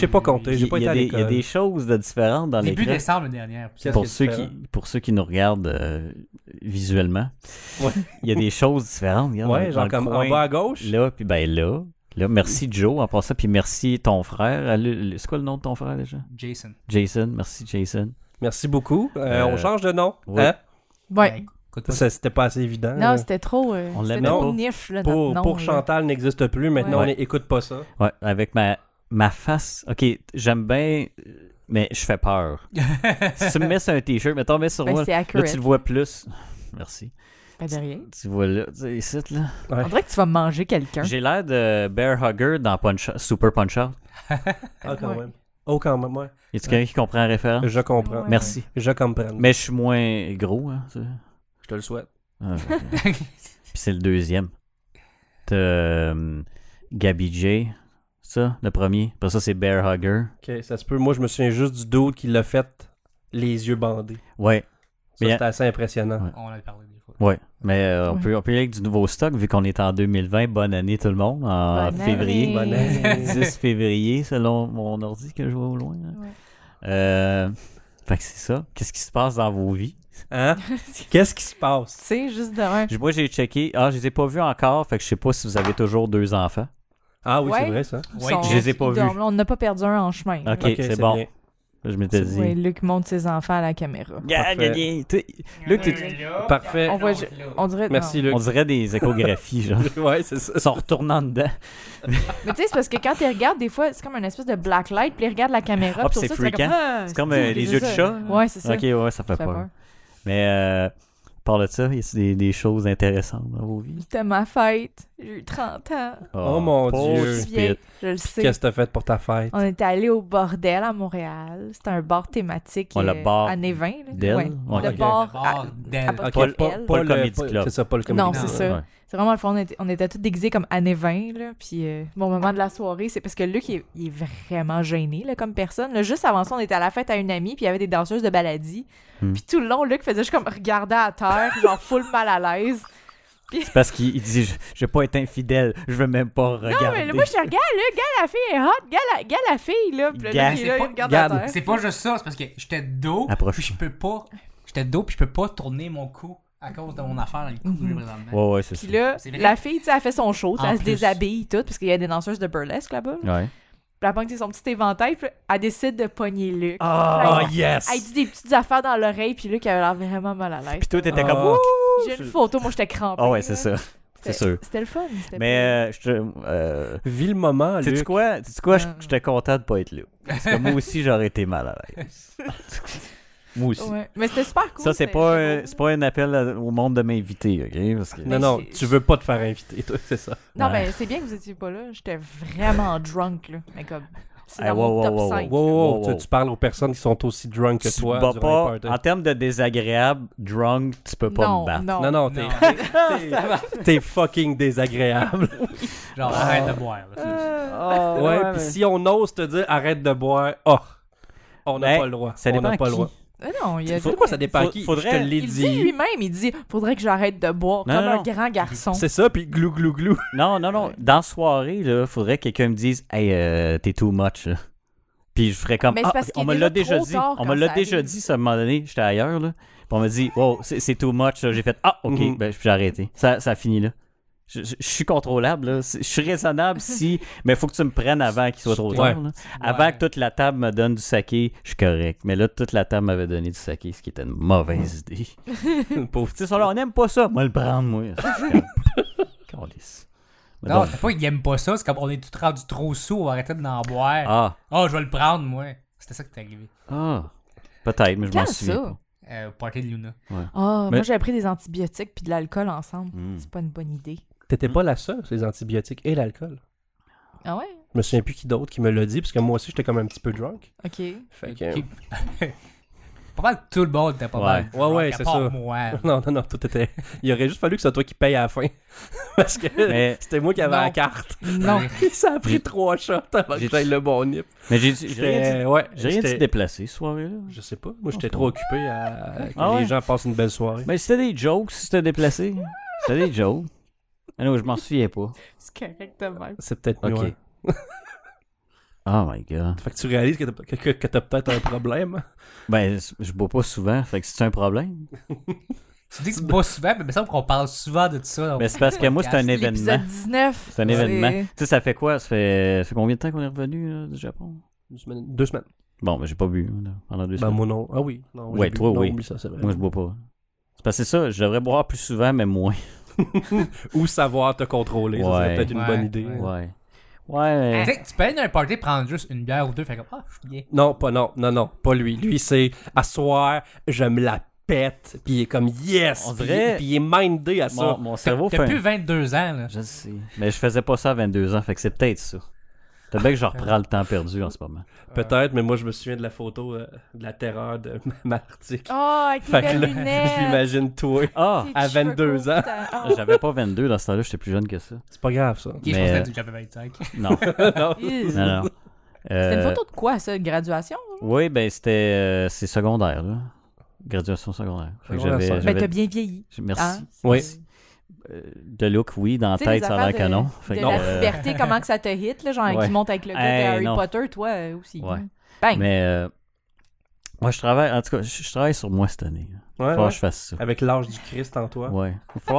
sais pas compter, j'ai pas été à Il y a l'école. des choses de différentes dans Début l'écran. décembre l'année dernière. Qu'est-ce Pour qui est ceux, différent? pour ceux qui nous regardent visuellement, Ouais. il y a des choses différentes. Regarde, Ouais, dans genre le comme coin, en bas à gauche. là, puis ben là. Là, merci Joe en passant, puis merci ton frère. C'est quoi le nom de ton frère déjà? Jason. Jason, merci Jason. Merci beaucoup. On change de nom. oui. Hein? Ouais. Écoute pas. Ça, c'était pas assez évident. Non, là. c'était trop. On C'était l'aimait trop pas. niche, là, pour notre nom, pour là. Chantal n'existe plus. Maintenant, Ouais. on écoute pas ça. Ouais, avec ma face. Ok, j'aime bien, mais je fais peur. Si tu me mets sur un t-shirt, mettons, mets sur Ben, moi. c'est Là, accurate. tu le vois plus. Merci. Pas de rien. Tu vois là, tu sais, ici, là. Ouais. On dirait que tu vas manger quelqu'un. J'ai l'air de Bear Hugger dans Super Punch-Out. Ah, quand Ouais. même. Oh, quand même, ouais. Y a-tu quelqu'un qui comprend la référence? Je comprends. Ouais. Merci. Je comprends. Mais je suis moins gros, hein. Je te le souhaite. Ah, ok. Puis c'est le deuxième. T'as Gabby J, ça, le premier. Après ça, c'est Bear Hugger. Ok, ça se peut. Moi, je me souviens juste du dude qui l'a fait les yeux bandés. Ouais, Ça, Mais- c'était assez impressionnant. Ouais. On en a parlé des fois. ouais. Mais on, Ouais. peut, on peut y aller avec du nouveau stock vu qu'on est en 2020. Bonne année tout le monde. En Bonne février. année. Bonne année. 10 février, selon mon ordi que je vois au loin. Là. Ouais. Fait que c'est ça. Qu'est-ce qui se passe dans vos vies? Hein? Qu'est-ce qui se passe? Tu sais, juste demain. Moi, j'ai checké. Ah, je les ai pas vus encore. Fait que je sais pas si vous avez toujours 2 enfants. Ah oui, Ouais. c'est vrai, ça. Ouais, je les ai pas vus. On n'a pas perdu un en chemin. Ok, Ok, c'est bon. bien. Je m'étais dit. Ouais, Luc montre ses enfants à la caméra. Parfait. Luc, t'es- Parfait. On dirait. Merci, non. Luc. on dirait des échographies, genre. Ouais, c'est ça. Ils sont retournant dedans. Mais tu sais, c'est parce que quand tu regardes, des fois, c'est comme une espèce de black light, puis ils regardent la caméra. Ah, puis puis sur c'est ça, tu fais freakant. comme, ah, C'est comme c'est les ça. yeux de chat. Ouais, c'est ça. Ok, ouais, ça fait Ça fait peur. peur. Mais, par de ça, y a des choses intéressantes dans vos vies? C'était ma fête. J'ai eu 30 ans. Oh, mon pauvre Dieu. Je suis Spit. vieille, je le sais. Qu'est-ce que t'as fait pour ta fête? On était allé au bordel à Montréal. C'était un bar thématique Le bar années 20. là. d'elle? Ouais. Ouais. Le Ok. bar. Le bar d'elle. apostrophe Pas- elle. pas le Comedy Club. C'est ça, pas le Comedy Non, Club. c'est ça. Ouais. C'est vraiment le fun. On était tous déguisés comme années 20. Là, puis mon moment de la soirée, c'est parce que Luc, il est vraiment gêné là, comme personne. Là, juste avant ça, on était à la fête à une amie, puis il y avait des danseuses de baladie. Hmm. Puis tout le long, Luc faisait juste comme regarder à terre, genre full mal à l'aise. C'est parce qu'il dit je vais pas être infidèle, je veux même pas regarder. Non, mais là, moi, je te regarde, Luc, gars, la fille est hot, gars, la fille, là. Puis là, Gars, Luc, il est c'est là, pas- il regarde regarde, à terre. C'est pas juste ça, c'est parce que j'étais de dos, Approche. puis je peux pas. J'étais de dos, puis je peux pas tourner mon cou à cause de mon affaire dans le cou que j'ai présentement. Ouais, c'est ça. Puis là, C'est vrai. la fille, tu sais, elle fait son show, tu sais, En elle se plus. déshabille tout, parce qu'il y a des danseuses de burlesque là-bas. Ouais. Puis elle pogne son petit éventail, puis elle décide de pogner Luc. Ah, Puis yes! elle dit des petites affaires dans l'oreille, puis Luc avait l'air vraiment mal à l'aise. Puis toi, t'étais Ah. comme. Ouh! J'ai une photo, moi j'étais crampée. Ah ouais, là. c'est ça. C'est sûr. C'était le fun. c'était Mais Vis le moment, sais-tu Luc. quoi? J'étais content de pas être là. Parce que moi aussi, j'aurais été mal à l'aise. Moi aussi. Ouais. Mais c'était super cool. Ça, c'est c'était pas, beau. c'est pas un appel au monde de m'inviter, OK? Parce que... Non, non, j'ai- tu veux pas te faire inviter, toi, c'est ça. Non, Ouais. mais c'est bien que vous étiez pas là. J'étais vraiment drunk, là. Mais comme. C'est Hey, dans mon wow, top wow, wow, 5. Wow, wow, Wow, wow. Tu parles aux personnes qui sont aussi drunk que tu toi. bats durant pas, les en parties. termes de désagréable, drunk, tu peux pas non, me battre. non, Non, non, Non. t'es fucking désagréable. Genre, arrête de boire. là. Ah, Ouais, pis si on ose te dire arrête de boire, on n'a Ben, pas le droit. ça on dépend n'a pas qui. le droit. Non, il a dit. Pourquoi ça dépend à qui? faudrait- Je te l'ai Il dit dit. lui-même, il dit faudrait que j'arrête de boire Non, comme non, un non. grand garçon. C'est ça, puis glou glou glou. Non, non, non. Dans la soirée, là, faudrait que quelqu'un me dise « Hey, t'es too much. » là. Puis je ferais comme Mais c'est parce qu'il on est me l'a déjà déjà trop dit. tard On me quand l'a ça déjà arrive. dit, ça, à un moment donné, j'étais ailleurs, là. Puis on m'a dit « Wow, c'est too much. » là. J'ai fait « Ah, OK. Mhm. Ben, j'ai arrêté. Ça a fini là. Je suis contrôlable, là. Je suis raisonnable si... Mais il faut que tu me prennes avant qu'il soit trop tard. Ouais. Là. Avant Ouais. que toute la table me donne du saké, je suis correct. Mais là, toute la table m'avait donné du saké, ce qui était une mauvaise idée. Pauvre Tu sais, ça, là, on n'aime pas ça. Moi, le prendre, moi. Calisse. Mais Non, bon. c'est pas qu'il aime pas ça, c'est comme on est tout rendu trop sous, on va arrêter d'en boire. Ah, Oh, je vais le prendre, moi. C'était ça qui est arrivé. peut-être, mais je m'en Quand souviens ça? Au party de Luna. Ah, Mais- moi j'avais pris des antibiotiques puis de l'alcool ensemble. pas. Hmm. C'est pas une bonne idée. T'étais pas la seule, ces antibiotiques et l'alcool. Ah ouais? Je me souviens plus qui d'autre qui me l'a dit, parce que moi aussi, j'étais comme un petit peu drunk. Ok. Fait que... Qui- Pas mal tout le monde était pas Ouais. mal. Ouais, drunk, ouais, à c'est part ça. moi. Non, non, non, tout était... Il aurait juste fallu que ce soit toi qui paye à la fin. Parce que Mais- c'était moi qui avais Non. la carte. Non. Ça a pris 3 shots avant que J'ai- j'aille le bon nip. Mais j'ai rien dit. Ouais, J'ai rien dit j'étais- de déplacé, ce soirée-là. Je sais pas. Moi, j'étais c'est trop pas- occupé à que Ah ouais? les gens passent une belle soirée. Mais c'était des jokes, si c'était déplacé. C'était des jokes. Ah non, je m'en souviens pas. C'est correct de même. C'est peut-être mieux. Ok. hein. Oh my god. Fait que tu réalises que t'as peut-être un problème. Ben, je bois pas souvent, fait que c'est un problème. Tu dis que tu bois souvent, mais il me semble qu'on parle souvent de tout ça. Mais c'est parce que moi, c'est un événement. L'épisode 19. C'est un événement. Tu sais, ça fait quoi? Ça fait combien de temps qu'on est revenu là, du Japon? 2 semaines. Bon, ben j'ai pas bu là, pendant 2 semaines. Ben moi non. Ah oui. Non, Ouais, j'ai bu. toi, Non, oui. oublie ça, c'est vrai. Moi, je bois pas. C'est parce que c'est ça, je devrais boire plus souvent, mais moins. Ou savoir te contrôler, ça Ouais. serait peut-être une bonne idée. Ouais. Ouais. Tu sais, tu peux aller dans un party prendre juste une bière ou deux, fait comme je suis bien. Non, pas lui. Lui, c'est à soir, je me la pète, puis il est comme yes, On dirait- puis il est mindé à ça. Mon cerveau T'as fait. plus 22 ans, là. Je sais. Mais je faisais pas ça à 22 ans, fait que c'est peut-être ça. Peut-être bien que je reprends le temps perdu en ce moment. Peut-être, mais moi je me souviens de la photo de la terreur de Martic. Oh, avec tes Fait que belles là, lunettes. je m'imagine toi. Ah! tes à cheveux 22 courts, ans. t'as- J'avais pas 22 dans ce temps-là, j'étais plus jeune que ça. C'est pas grave ça. Ok, je Mais, pensais que j'avais 25. Non. Non. Ew. Non. C'était une photo de quoi, ça? De graduation? Oui, ben c'était. C'est secondaire, là. Graduation secondaire. Fait que Secondaire cinq. Ben, t'as bien vieilli. Merci. Hein? Oui. De look, oui. Dans la Tu sais, tête, les ça a l'air affaires que non. Fait De que, la puberté, comment que ça te hit, là, genre Ouais. qui monte avec le gars Hey, de Harry non. Potter, toi aussi. Ouais. Bang! Mais moi, je travaille. En tout cas, je travaille sur moi cette année. Faut Ouais, que ouais. je fasse ça. Avec l'âge du Christ en toi. Ouais.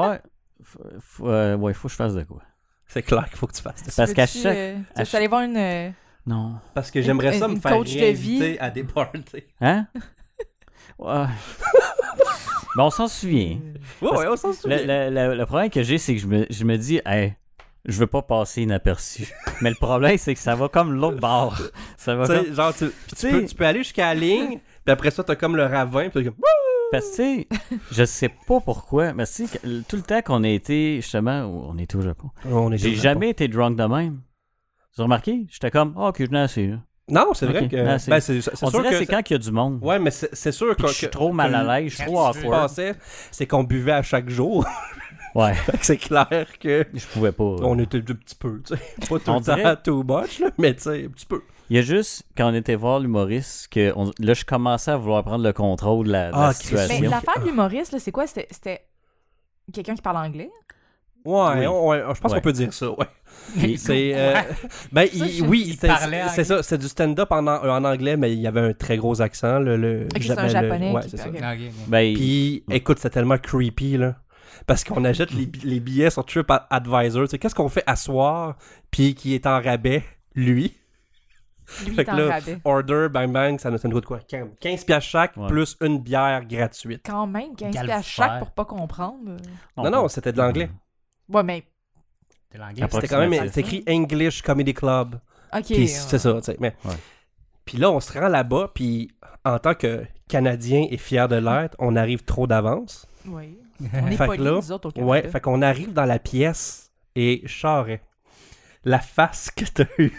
Ouais, faut que je fasse de quoi. C'est clair qu'il faut que tu fasses ça. Parce qu'à Veux-tu, chaque. tu veux-tu aller voir une... Non. Parce que j'aimerais ça Une me faire coach de vie. réinviter à des parties. Hein? Ouais. Mais on s'en souvient. Ouais, on s'en souvient. Le problème que j'ai, c'est que je me dis, hey, je veux pas passer inaperçu. Mais le problème, c'est que ça va comme l'autre bord. Ça va Tu sais, comme... genre, tu peux aller jusqu'à la ligne, puis après ça, t'as comme le ravin, puis t'es comme... Parce que, tu sais, je sais pas pourquoi, mais tu sais, tout le temps qu'on a été, justement, on était au Japon, j'ai jamais été drunk de même. Vous avez remarqué? J'étais comme, ok, je n'ai assez, là. Non, c'est Ok, vrai que... non, c'est- Ben, c'est On sûr dirait que... que c'est quand il y a du monde. Ouais, mais c'est sûr Puis que je suis trop mal à l'aise, je suis trop Ce qui se awkward. passait, c'est qu'on buvait à chaque jour. Ouais, Fait que c'est clair que... je pouvais pas. On était un petit peu, tu sais. Pas tout On le temps dirait- too much, là, mais tu sais, un petit peu. Il y a juste, quand on était voir l'humoriste, que là, je commençais à vouloir prendre le contrôle de la Ah, situation. Mais l'affaire de l'humoriste, là, c'est quoi? C'était quelqu'un qui parle anglais? Ouais, Oui. je pense Ouais. qu'on peut dire ça, ouais. Il- C'est... Ça, ben, je- oui, il c'est parlait c'est ça, c'est du stand-up en anglais, mais il y avait un très gros accent, Ok, c'est un japonais Ouais, qui c'est ça. parle. Ok, ok. Ben, Puis, écoute, c'est tellement creepy, là. Parce qu'on achète les billets sur TripAdvisor. Tu sais, qu'est-ce qu'on fait à soir, puis qui est en rabais, lui? Lui, il Fait est que en là, rabais. order, bang, bang, ça nous coûte quoi? 15 piastres chaque, Ouais. plus une bière gratuite. Quand même, 15 Calvaire. piastres chaque pour pas comprendre. Non, c'était de l'anglais. Ouais, mais... T'es l'anglais. Après- C'était quand même... Approximatif. C'est écrit English Comedy Club. OK. Puis c'est ça, tu sais. Mais... Ouais. Puis là, on se rend là-bas, puis en tant que Canadien et fier de l'être, on arrive trop d'avance. Oui. On est Fait que polis, là, nous autres, au Canada. Ouais, fait qu'on arrive dans la pièce et Charret, la face que t'as eue,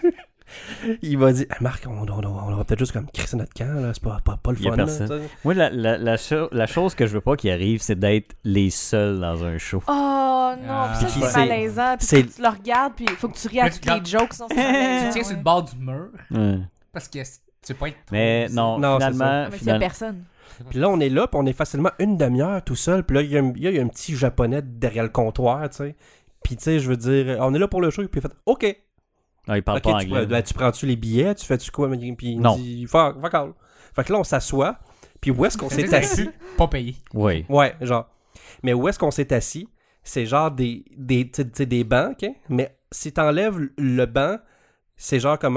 il m'a dit Marc, on va peut-être juste comme crisser notre camp, là, c'est pas le Il y a fun. personne. Là, tu sais. Moi, la chose que je veux pas qu'il arrive, c'est d'être les seuls dans un show. Oh non, Ah. puis ça, Puis c'est c'est- malaisant. Puis c'est- tu le regardes, puis il faut que tu ris à Mais tu toutes les regardes- jokes, sinon c'est Tu malaisant. tiens sur le bord du mur Ouais. parce que tu peux pas être trop. Mais non, Non, c'est finalement, Mais s'il y a personne. Puis là, on est là, puis on est facilement une demi-heure tout seul, puis là, il y a un petit japonais derrière le comptoir, tu sais. Puis tu sais, je veux dire, on est là pour le show, puis il fait OK. non, il parle OK, pas tu, anglais. tu prends-tu les billets, tu fais-tu quoi? Puis il Non. me dit fuck all. Fait que là, on s'assoit, puis où est-ce qu'on C'est s'est assis? pas payé. Oui. Ouais, genre. Mais où est-ce qu'on s'est assis? C'est genre tu sais, des bancs, OK? Mais si t'enlèves le banc, c'est genre comme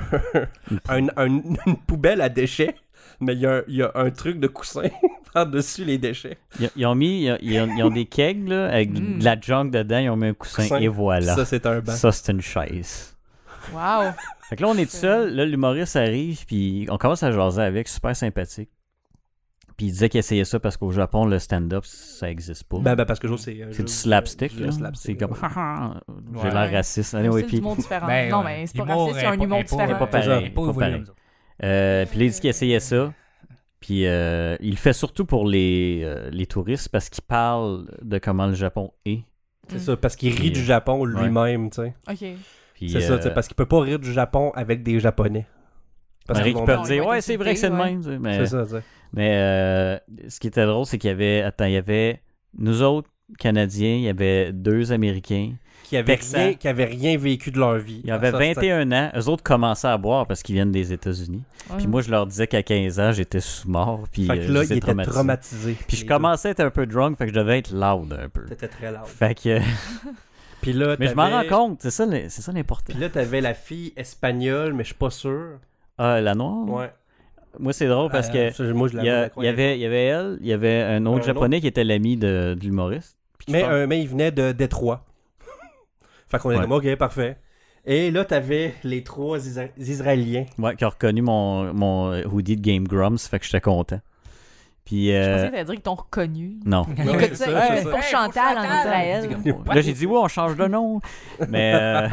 une poubelle à déchets, mais il y a un truc de coussin par-dessus les déchets. Ils ont des kegs là, avec Mm. de la junk dedans, ils ont mis un coussin, et voilà. Ça, c'est un banc. Ça, c'est une chaise. Wow. Fait que là, on est tout seul. Là, l'humoriste arrive, puis on commence à jaser avec, super sympathique. Puis il disait qu'il essayait ça parce qu'au Japon, le stand-up, ça existe pas. Ben, parce que c'est c'est du slapstick, là. le C'est slapstick, comme, ouais. j'ai l'air raciste. Allez, C'est ouais, du puis monde différent. Ben, non, ouais. mais c'est pas L'humour raciste, c'est un est pas- humour est pas- différent. est pas pareil. ça. Pas pas évolué, pareil. nous autres. Puis là, il dit qu'il essayait ça. Puis il le fait surtout pour les touristes parce qu'il parle de comment le Japon est. C'est ça, parce qu'il rit Puis, du Japon lui-même, tu sais. OK. Puis, C'est ça, tu sais, parce qu'il peut pas rire du Japon avec des Japonais. Parce Marie qu'ils qui vont- peuvent Non, ils dire, vont ouais, être c'est vrai que c'est le insultés, même. tu sais, Mais, C'est ça, tu sais. mais ce qui était drôle, c'est qu'il y avait, nous autres, Canadiens, il y avait 2 Américains, qui avaient rien vécu de leur vie. Ils avaient 21 ans. Eux autres commençaient à boire parce qu'ils viennent des États-Unis. Puis moi, je leur disais qu'à 15 ans, j'étais sous-mort. Puis fait que là, ils étaient traumatisés. Puis je commençais à être un peu drunk, fait que je devais être loud un peu. T'étais très loud. Fait que... Puis là, mais je m'en rends compte, c'est ça l'important. Puis là, t'avais la fille espagnole, mais je suis pas sûr. Ah, la noire? Ouais. Moi, c'est drôle parce que moi, je il y avait elle, il y avait un autre japonais qui était l'ami de l'humoriste. Mais il venait de Détroit. Fait qu'on est comme, ok, parfait. Et là, t'avais les 3 Israéliens. Ouais, qui ont reconnu mon hoodie de Game Grumps, fait que j'étais content. Puis, je pensais que t'allais dire qu'ils t'ont reconnu. Non. Écoute ça, pour Chantal en Israël. Là, j'ai dit, on change de nom. Mais,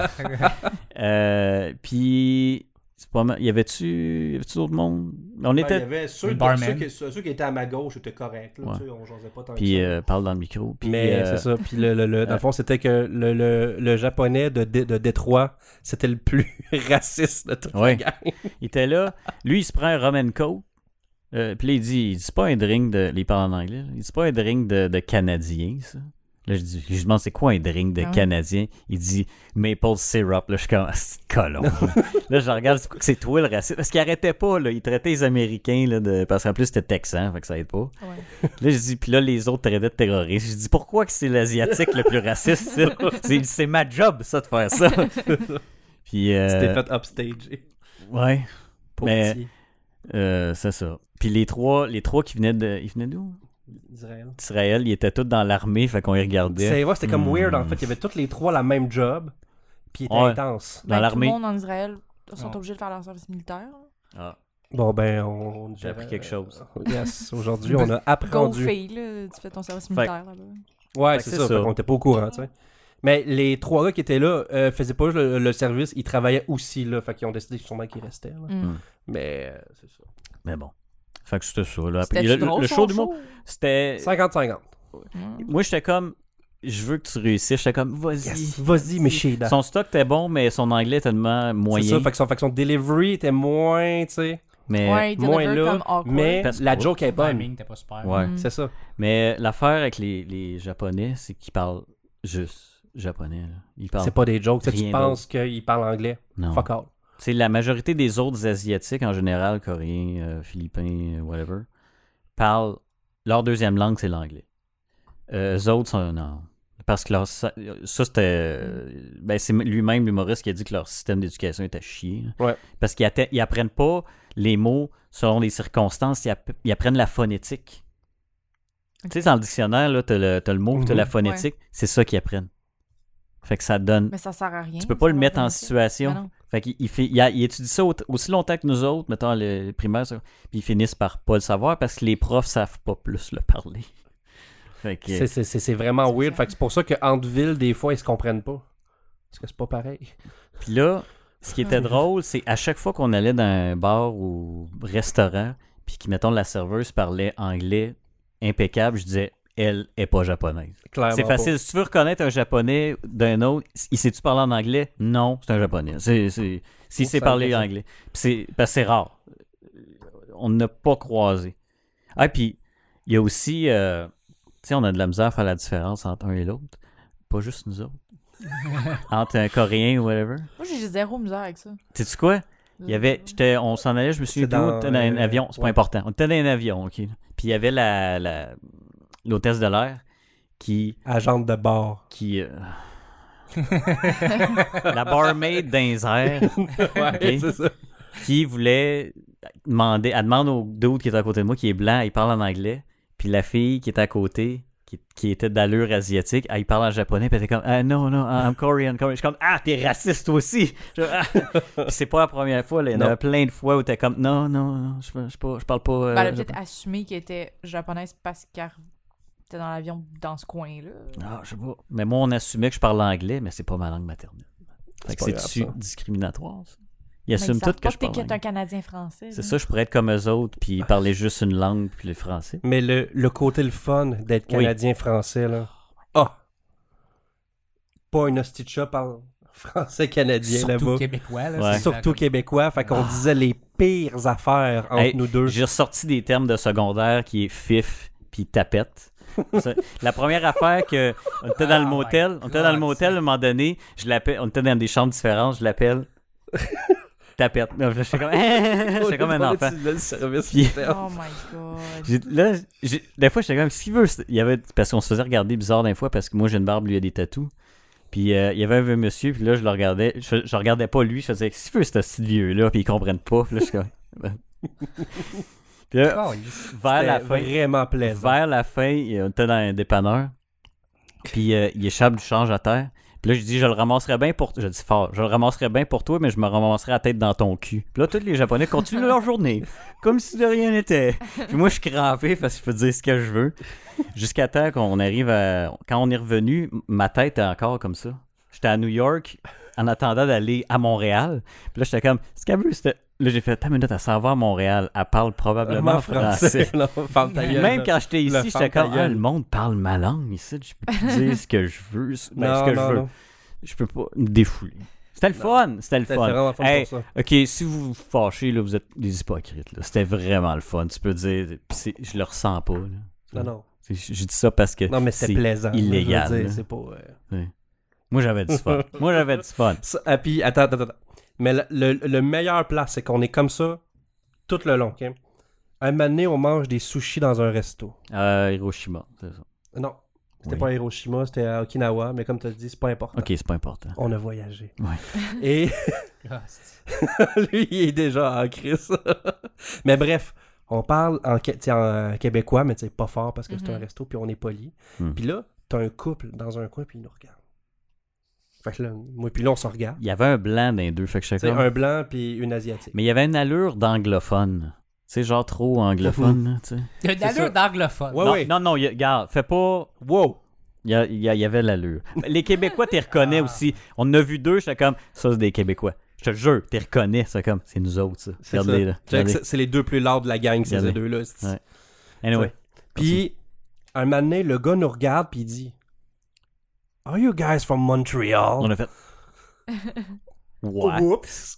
puis, c'est pas mal. Y avait-tu d'autres monde? On était... Il y avait ceux qui étaient à ma gauche, étaient corrects. Là, on jasait pas tant puis, que ça. parle dans le micro. Puis, mais c'est ça. Puis, dans le fond, c'était que le japonais de Détroit, c'était le plus raciste de toute la gang. Il était là. Lui, il se prend un rum and coke. Puis là, il dit c'est pas un drink de... Il parle en anglais. Là. Il dit c'est pas un drink de Canadien, ça. Là, je demande c'est quoi un drink de Canadien. Il dit maple syrup. Là, je suis comme c'est colon. Là, je regarde c'est toi le raciste. Parce qu'il arrêtait pas. Là. Il traitait les Américains parce qu'en plus c'était texan, fait que ça aide pas. Ouais. Là, je dis puis là les autres traitaient de terroristes. Je dis pourquoi que c'est l'asiatique le plus raciste? C'est ma job ça de faire ça. Puis tu t'es fait upstage. Ouais. Mais c'est ça. Puis les trois qui venaient d'où? D'Israël, ils étaient tous dans l'armée, fait qu'on les regardait. C'était comme weird, en fait. Il y avait tous les 3 la même job, puis ils étaient intenses. Dans l'armée. Tout le monde en Israël sont obligés de faire leur service militaire. Ah. Bon, ben, j'ai appris quelque chose. Yes, aujourd'hui, on a apprenti. Go fille, là, tu fais ton service militaire là-bas. Ouais, c'est ça. Fait qu'on était pas au courant, tu sais. Mais les 3 gars qui étaient là faisaient pas juste le service, ils travaillaient aussi là, fait qu'ils ont décidé sûrement qu'ils restaient. Là. Mais c'est ça. Mais bon. Fait que c'était ça. Là. C'était le show du mot, c'était... 50-50. Moi, j'étais comme... Je veux que tu réussisses. J'étais comme, vas-y. Yes, vas-y, mes chédas. Son stock était bon, mais son anglais était tellement moyen. C'est ça, fait que son delivery était moins, tu sais... Mais moins là, mais la joke est bonne. Pas super. Ouais. C'est ça. Mais l'affaire avec les Japonais, c'est qu'ils parlent juste japonais. Là. C'est pas des jokes. Tu penses qu'ils parlent anglais. Non. Fuck all. C'est la majorité des autres Asiatiques, en général, Coréens, Philippins, whatever, parlent... Leur deuxième langue, c'est l'anglais. Eux autres sont... Non. Parce que ça c'était... Ben, c'est lui-même, l'humoriste, qui a dit que leur système d'éducation était à chier. Ouais. Parce qu'ils apprennent pas les mots selon les circonstances, ils apprennent la phonétique. Okay. Tu sais, dans le dictionnaire, là, t'as le mot, t'as la phonétique, c'est ça qu'ils apprennent. Fait que ça donne... Mais ça sert à rien. Tu peux pas le mettre en situation. Fait qu'il il étudie ça aussi longtemps que nous autres, mettons les primaires, ça, puis ils finissent par pas le savoir parce que les profs savent pas plus le parler. Fait que, c'est vraiment weird. Fait que c'est pour ça qu'entre villes, des fois, ils se comprennent pas. Parce que c'est pas pareil. Puis là, ce qui était drôle, c'est à chaque fois qu'on allait dans un bar ou restaurant, puis que, mettons, la serveuse parlait anglais impeccable, je disais, elle est pas japonaise. Clairement c'est facile. Pas. Si tu veux reconnaître un japonais d'un autre, il sait-tu parler en anglais? Non, c'est un japonais. S'il sait parler anglais. Parce que c'est rare. On n'a pas croisé. Ah, puis il y a aussi... tu sais, on a de la misère à faire la différence entre un et l'autre. Pas juste nous autres. Entre un Coréen ou whatever. Moi, j'ai zéro misère avec ça. Sais-tu quoi? Il y avait... on s'en allait, je me suis dit, on était dans un avion. C'est pas important. On était dans un avion, OK? Puis il y avait l'hôtesse de l'air qui... Agente de bar. Qui... la barmaid dans les airs. Ouais, c'est ça. Qui voulait demander... Elle demande au dude qui est à côté de moi, qui est blanc, il parle en anglais. Puis la fille qui est à côté, qui était d'allure asiatique, elle parle en japonais, puis elle était comme non, I'm Korean. Je suis comme t'es raciste toi aussi. Puis c'est pas la première fois, là. Il y en a plein de fois où t'es comme non, je parle pas. Elle a peut-être assumé qu'elle était japonaise parce qu'elle était dans l'avion dans ce coin-là. Ah, je sais pas. Mais moi, on assumait que je parle anglais, mais c'est pas ma langue maternelle. Fait que c'est discriminatoire, ça. Ils assument tout que je parle. Mais un Canadien français. C'est ça, je pourrais être comme eux autres puis parler juste une langue puis le français. Mais le côté le fun d'être Canadien français, là. Pas une hostie de chat parle français canadien là-bas. Surtout québécois, là. Ouais. Surtout québécois, fait qu'on disait les pires affaires entre nous deux. J'ai ressorti des termes de secondaire qui est fif puis tapette. La première affaire que on était dans le motel, à un moment donné, je l'appelle, on était dans des chambres différentes, je l'appelle tapette. Là, j'étais comme un enfant. Puis, Oh my god. Des fois, j'étais comme, ce qu'il veut, parce qu'on se faisait regarder bizarre des fois, parce que moi, j'ai une barbe, lui, il a des tatous. Puis, il y avait un vieux monsieur, puis là, je le regardais. Je regardais pas lui, je faisais, qu'est-ce qu'il veut, ce petit vieux-là, puis ils comprennent pas. Puis là, je suis comme... Puis là, vers la fin, vraiment plaisant. vers la fin, on était dans un dépanneur. Puis il échappe du change à terre. Puis là, je dis, je le ramasserais bien pour toi. Je dis fort, je le ramasserais bien pour toi, mais je me ramasserais la tête dans ton cul. Puis là, tous les Japonais continuent leur journée, comme si de rien n'était. Puis moi, je suis crampé parce que je peux dire ce que je veux. Jusqu'à temps qu'on arrive à... Quand on est revenu, ma tête est encore comme ça. J'étais à New York en attendant d'aller à Montréal. Puis là, j'étais comme, ce qu'elle veut, c'était... Là, j'ai fait, ta minute, elle s'en va à Montréal. Elle parle probablement français. Non, ferme ta gueule, Même là. quand j'étais ici, j'étais comme, le monde parle ma langue ici. Je peux plus dire ce que je veux. Ben, ce que je veux. Je peux pas me défouler. C'était le fun. C'était le C'était fun. vraiment fun Hey, pour ça. OK, si vous vous fâchez, là, vous êtes des hypocrites. Là. C'était vraiment le fun. Tu peux dire, je le ressens pas. Là. Non. Je dis ça parce que Non, mais c'est c'était plaisant. illégal. Je veux dire, là. c'est pas... Moi, j'avais du fun. Ça, puis, attends. Mais le meilleur plat, c'est qu'on est comme ça tout le long, OK? Un moment donné, on mange des sushis dans un resto. Hiroshima, c'est ça. Non, c'était Oui. pas à Hiroshima, c'était à Okinawa, mais comme tu as dit, c'est pas important. OK, c'est pas important. On a voyagé. Ouais. Et Ah, c'est- lui, il est déjà en crise. Mais bref, on parle en québécois, mais tu sais, pas fort parce que c'est un resto, puis on est poli. Mm. Puis là, t'as un couple dans un coin, puis ils nous regardent. Fait que là, moi, puis là, on se regarde. Il y avait un blanc dans les deux, fait que C'est chacun... un blanc, puis une asiatique. Mais il y avait une allure d'anglophone. Tu sais, genre trop anglophone, là, tu sais. Il y a une C'est allure ça. d'anglophone. Ouais, non, ouais. non, regarde, fais pas... Wow! Il y avait l'allure. Les Québécois, t'es reconnais aussi. On en a vu deux, j'étais comme, ça, c'est des Québécois. Je te jure, t'es reconnais, c'est comme, c'est nous autres, ça. C'est Regardez, ça. là. Je dirais que Regardez. c'est les deux plus lards de la gang, ces Regardez. deux-là. Ouais. Anyway. Puis, un moment donné, le gars nous regarde, puis il dit « Are you guys from Montreal? On a fait... What? Oups!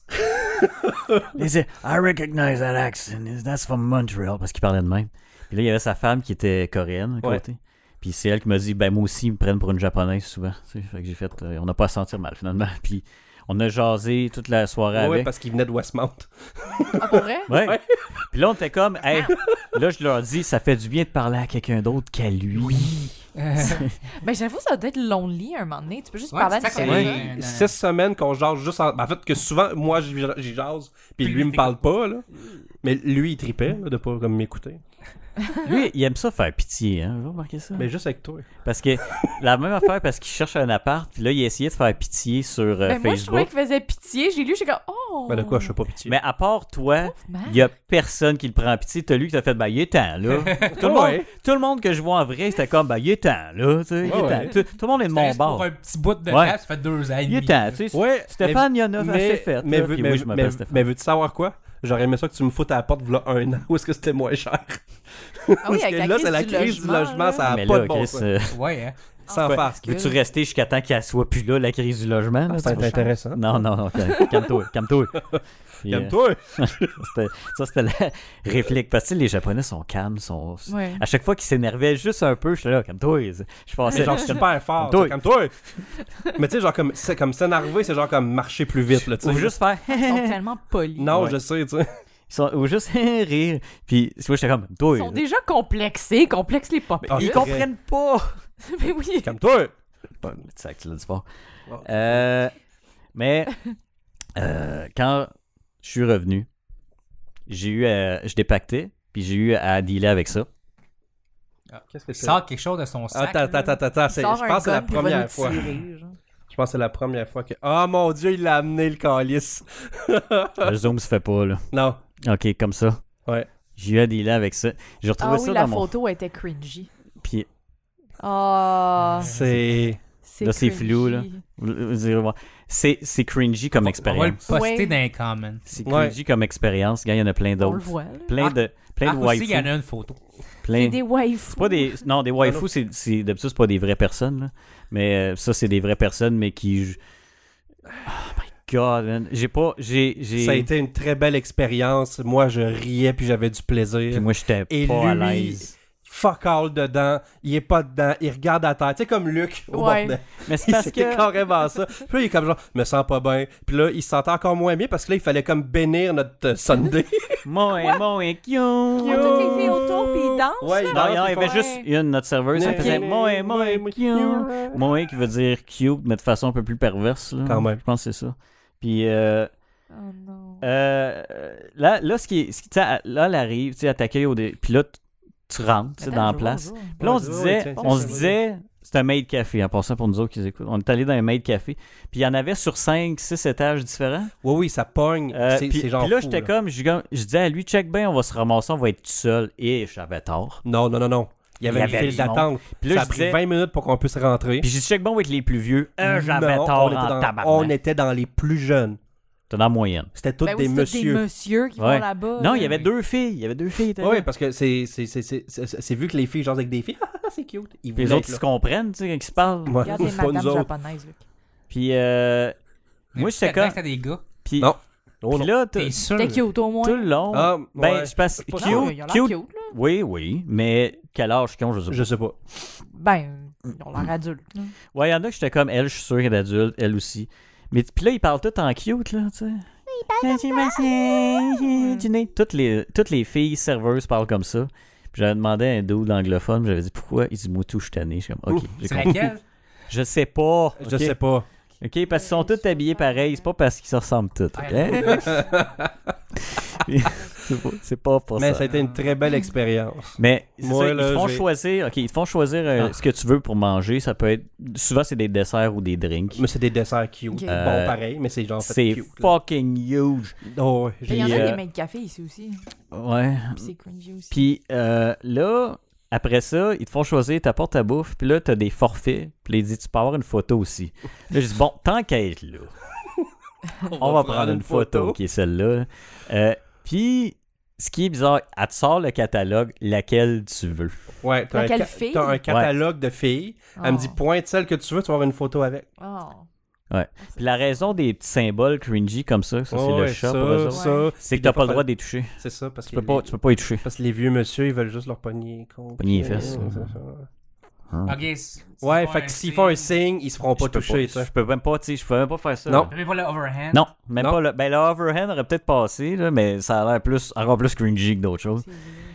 Il disait, I recognize that accent. That's from Montreal. Parce qu'il parlait de même. Puis là, il y avait sa femme qui était coréenne à côté. Puis c'est elle qui m'a dit, ben moi aussi, ils me prennent pour une japonaise souvent. Tu sais, fait que j'ai fait, on n'a pas à se sentir mal finalement. Puis on a jasé toute la soirée Ouais, avec. parce qu'il venait de Westmount. Ah, pour vrai? Ouais. Ouais. Puis là, on était comme, hey, là, je leur dis, ça fait du bien de parler à quelqu'un d'autre qu'à lui. Oui. Ben, j'avoue, ça doit être lonely un moment donné. Tu peux juste Ouais, parler à c'est ça des qu'on collègues. dit. 6 semaines qu'on jase juste en... En fait, que souvent, moi, j'y jase, puis lui, il me parle pas, là. Mais lui, il tripait, là, de pas comme m'écouter. Lui, il aime ça faire pitié, hein. Vous remarquez ça? Mais juste avec toi. Parce que la même affaire, parce qu'il cherche un appart, puis là, il a essayé de faire pitié sur Ben, moi, je trouvais Facebook. qu'il faisait pitié. J'ai lu, j'étais comme, oh! Ben de quoi, je fais pas pitié. Mais à part toi, Pauvre man. il y a personne qui le prend en pitié. T'as lui qui t'a fait, ben, il est temps, là. Tout le monde que je vois en vrai, c'était comme, ben, il est temps, là. Tu sais, il est Ouais. temps. Tout le monde est de mon C'était bord. pour un petit bout de Ouais. temps, ça fait 2 ans et Il est demi. temps, tu sais. Ouais, Stéphane, il y en a assez fait. Mais, là. Puis moi, je m'appelle Stéphane. mais veux-tu savoir quoi? J'aurais aimé ça que tu me foutes à la porte v'là un an où est-ce que c'était moins cher. Ah oui, Parce que avec là, c'est la crise du logement, ça a Mais pas là, de bon Chris, sens. Ouais, hein. Sans ouais. farce. veux-tu rester jusqu'à temps qu'elle soit plus là, la crise du logement? Là, C'est tu vas- intéressant. Non, calme-toi. Puis, Calme-toi. c'était la réplique. Parce que les Japonais sont calmes, Ouais. à chaque fois qu'ils s'énervaient juste un peu, je suis là, calme-toi. Je C'est pensais, genre super fort. Calme-toi. c'est Comme toi. Mais tu sais, genre comme s'énerver, c'est genre comme marcher plus vite, là, tu ou sais. juste faire, Ils sont tellement polis. Non, Ouais. je sais, tu sais. ou juste rire. Puis, moi, j'étais comme, toi. Ils sont déjà complexés. Complexes les pop. Ah, Ils c'est comprennent pas. Mais oui. Calme-toi. C'est ça que tu l'as dit fort. Bon. Mais quand je suis revenu, je dépactais, puis j'ai eu à dealer avec ça. Qu'est-ce que Il c'est? sort quelque chose de son sac. Attends. Il Je sort un pense que c'est la gun, puis il va première nous fois. tirer, genre. Je pense que c'est la première fois que... Oh mon Dieu, il l'a amené, le calice. Le zoom se fait pas, là. Non. OK, comme ça. Ouais. J'ai eu à dealer avec ça. J'ai retrouvé Ah ça oui, la dans mon... photo était cringy. Puis Ah, C'est... là, c'est flou, là. Vous irez voir. C'est cringy comme On va le expérience. poster Ouais. dans les comments. C'est Ouais. cringy comme expérience. Gars, il y en a plein on le d'autres. voit. là. Plein de Ah, aussi, waifus. il y en a une photo. Plein... C'est des waifus. C'est pas des... Non, des waifus, c'est d'habitude, c'est pas des vraies personnes, là. Mais ça, c'est des vraies personnes, mais qui... Oh my God, man. J'ai... Ça a été une très belle expérience. Moi, je riais puis j'avais du plaisir. Puis moi, j'étais Et pas à lui, l'aise. fuck all dedans, il est pas dedans, il regarde à terre, tu sais, comme Luc au Ouais. bordel. Mais c'est parce C'était que... carrément ça. Puis là, il est comme genre, me sens pas bien. Puis là, il se sentait encore moins bien parce que là, il fallait comme bénir notre Sunday. Moi, cute. Toutes les filles autour, puis ils dansent. Ouais, là. ils Non, dansent, il y ils avait font- juste une, notre serveuse, elle Ok. faisait cute. Moi, qui veut dire cute, mais de façon un peu plus perverse. Là. Quand même. Je pense que c'est ça. Puis Oh non. là, ce qui est, tu sais, là, elle arrive, tu sais, elle t'accueille puis là, tu rentres, tu sais, dans la place. Puis là, on se Ouais, disait, tiens, on tiens, se tiens. disait, c'est un maid café, en passant pour nous autres qui écoutent. On est allé dans un maid café. Puis il y en avait sur 5, 6 étages différents. Oui, ça pogne. Puis C'est genre là, fou, j'étais comme, je disais à lui, check bien, on va se ramasser, on va être tout seul. Et j'avais tort. Non. Il y avait Il y une avait file du monde. d'attente. Puis là, Ça a je pris disais- 20 minutes pour qu'on puisse rentrer. Puis j'ai dit, check bien, on va être les plus vieux. J'avais Non, tort on était en dans- tabarnak. On était dans les plus jeunes. T'es dans la moyenne. C'était tous Ben des oui, c'est tous messieurs. des messieurs qui Ouais. vont là-bas. Non, là. il y avait deux filles. Il y avait deux filles. étaient Oui, là. parce que c'est vu que les filles jasent avec des filles. Ah, c'est cute. Ils Puis les voulaient autres, être ils se comprennent, tu sais, quand ils se parlent. là. Ouais, Regarde les pas nous madames autres. japonaises, Luc. Puis, moi, j'étais Peut-être comme. que c'était des gars. Puis, Non. Oh puis non. là, T'es sûr? C'était cute au moins. tout le long. Ah, ben, ouais. je passe. C'est pas Cute, ça. Ah, ils ont l'air cute. cute, là. Oui, mais quel âge qu'ils ont, je sais pas. Je sais pas. Ben, ils ont l'air adultes. là. Ouais, il y en a que j'étais comme, elle, je suis sûr qu'elle est adulte, elle aussi. Mais puis là, ils parlent tous en cute, là, tu sais. Toutes les filles serveuses parlent comme ça. Puis j'avais demandé à un dude anglophone, j'avais dit pourquoi. Il dit, moi, tout, je suis tanné. Je suis comme, ok, j'ai C'est compris. laquelle? Je sais pas. Je ok? sais pas. OK, parce qu'ils sont tous habillés pareil, c'est pas parce qu'ils se ressemblent tous, OK? c'est pas pour Mais ça. ça a été une très belle expérience. Mais c'est Moi, ça, là, ils te font j'ai- choisir, OK, ils te font choisir ce que tu veux pour manger, ça peut être souvent c'est des desserts ou des drinks. Mais c'est des desserts cute. Ok. Bon, pareil, mais c'est genre fait C'est cute. là. fucking huge. Oh, ouais, Il y en Puis, a des maids de café ici aussi. Ouais. Puis c'est cringy aussi. Puis là, après ça, ils te font choisir ta porte à bouffe, puis là, t'as des forfaits, puis là, ils disent, tu peux avoir une photo aussi. Là, je dis, bon, tant qu'à être là, on va prendre une photo, qui est celle-là. Puis, ce qui est bizarre, elle te sort le catalogue, laquelle tu veux. Ouais, t'as Laquelle un, fille? t'as un catalogue de filles. Elle me dit, Oh. pointe celle que tu veux, tu vas avoir une photo avec. Oh. Puis la raison des petits symboles cringy comme ça, c'est Oh, le ouais, chat pour eux autres, ça. c'est que Puis t'as des pas le fois, droit de les toucher. C'est ça, parce Tu que peux pas y toucher. parce que les vieux monsieur, ils veulent juste leur pogner. Pogner les fesses. C'est ça. Ok. Ouais, fait que s'ils font un signe, ils se feront pas Je peux toucher, ça. je peux même pas, tu sais, je peux même pas faire ça. Non. Mais pas le overhand. Non, même Non. pas le. Ben, le overhand aurait peut-être passé, là, mais ça a l'air encore plus cringy que d'autres choses.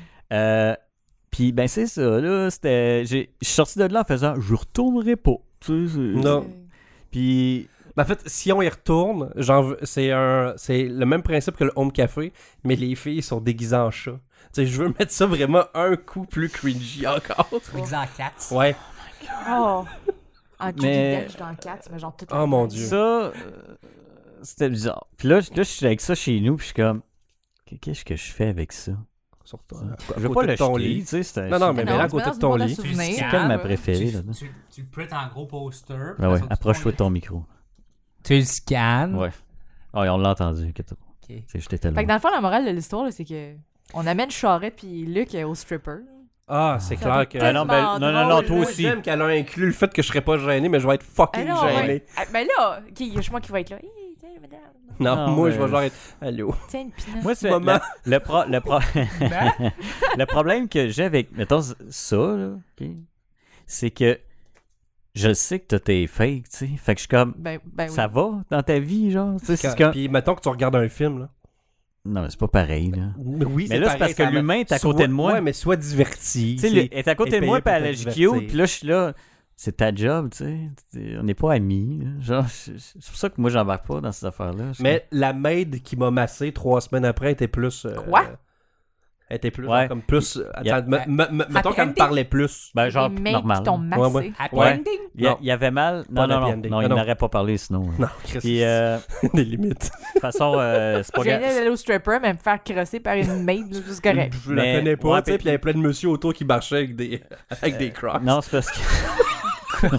Puis, ben, c'est ça, là. Je suis sorti de là en faisant, je retournerai pas. Tu sais, Non. Puis, Ben, en fait, si on y retourne, c'est le même principe que le home café, mais les filles sont déguisées en chat. Tu sais, je veux mettre ça vraiment un coup plus cringy encore. Exemple 4. Ouais. Oh. En Mais- Kitty dans le 4, mais genre toute Oh, mon Dieu. ça, c'était bizarre. Puis là, je suis avec ça chez nous, puis je suis comme, qu'est-ce que je fais avec ça? Sur Je veux pas le jeter, tu sais. Non, mais mets-la à côté de ton lit. C'est quelle ma préférée, là-dedans? Tu le prêtes en gros poster. puis Ben ouais, ça, tu approche-toi de tournes ton micro. Tu le scannes. Ouais. Ah, on l'a entendu. inquiète-toi pas. Ok. C'est j'étais tellement. Fait que dans le fond, la morale de l'histoire, là, c'est que on amène Charette puis Luc au stripper. Ah, c'est Ça clair va que... Ah non, ben, non, toi Moi, aussi. J'aime qu'elle a inclus le fait que je serais pas gêné, mais je vais être Ah fucking non, gêné. ouais. Ah, ben là, ok, il y a juste moi qui va être là. Hey, tiens, madame. Non, Non, moi, mais- je vais genre être... Allô? Tiens, une pinotte. Moi, c'est Maman. Ben, le problème que j'ai avec, mettons, ça, là, ok, c'est que je sais que t'as tes fakes, tu sais. Fait que je suis comme, Ben oui. ça va dans ta vie, genre? Tu sais, c'est comme... Puis mettons que tu regardes un film, là. Non, mais c'est pas pareil, là. Oui, Mais là, c'est parce que l'humain est à côté de moi. Ouais, mais sois diverti. Tu sais, elle est à côté est de moi, payé puis pour elle te a divertir. GQ, puis là, je suis là. C'est ta job, tu sais. On n'est pas amis. là. Genre, c'est pour ça que moi, j'embarque pas dans ces affaires-là. Je suis Mais la maid qui m'a massé 3 semaines après était plus... Quoi? Elle était plus, Ouais. genre, comme plus... Y a- Attends, mettons qu'elle me ending? parlait plus. ben, genre, les mecs normal. qui t'ont massé. Ouais, ouais. happy Ouais. ending? Non. Il y avait mal. Pas Non, non, d'happy non. ending. Non, Ah, il non. n'aurait pas parlé sinon. Non, Chris, Puis, des limites. de toute façon, c'est pas Je venais grave. d'aller au stripper, mais me faire crosser par une maid, là, c'est correct. Je la Mais- connais pas, ouais, tu sais, puis- puis il y avait plein de monsieur autour qui marchaient avec des, avec des crocs. Non, c'est parce que.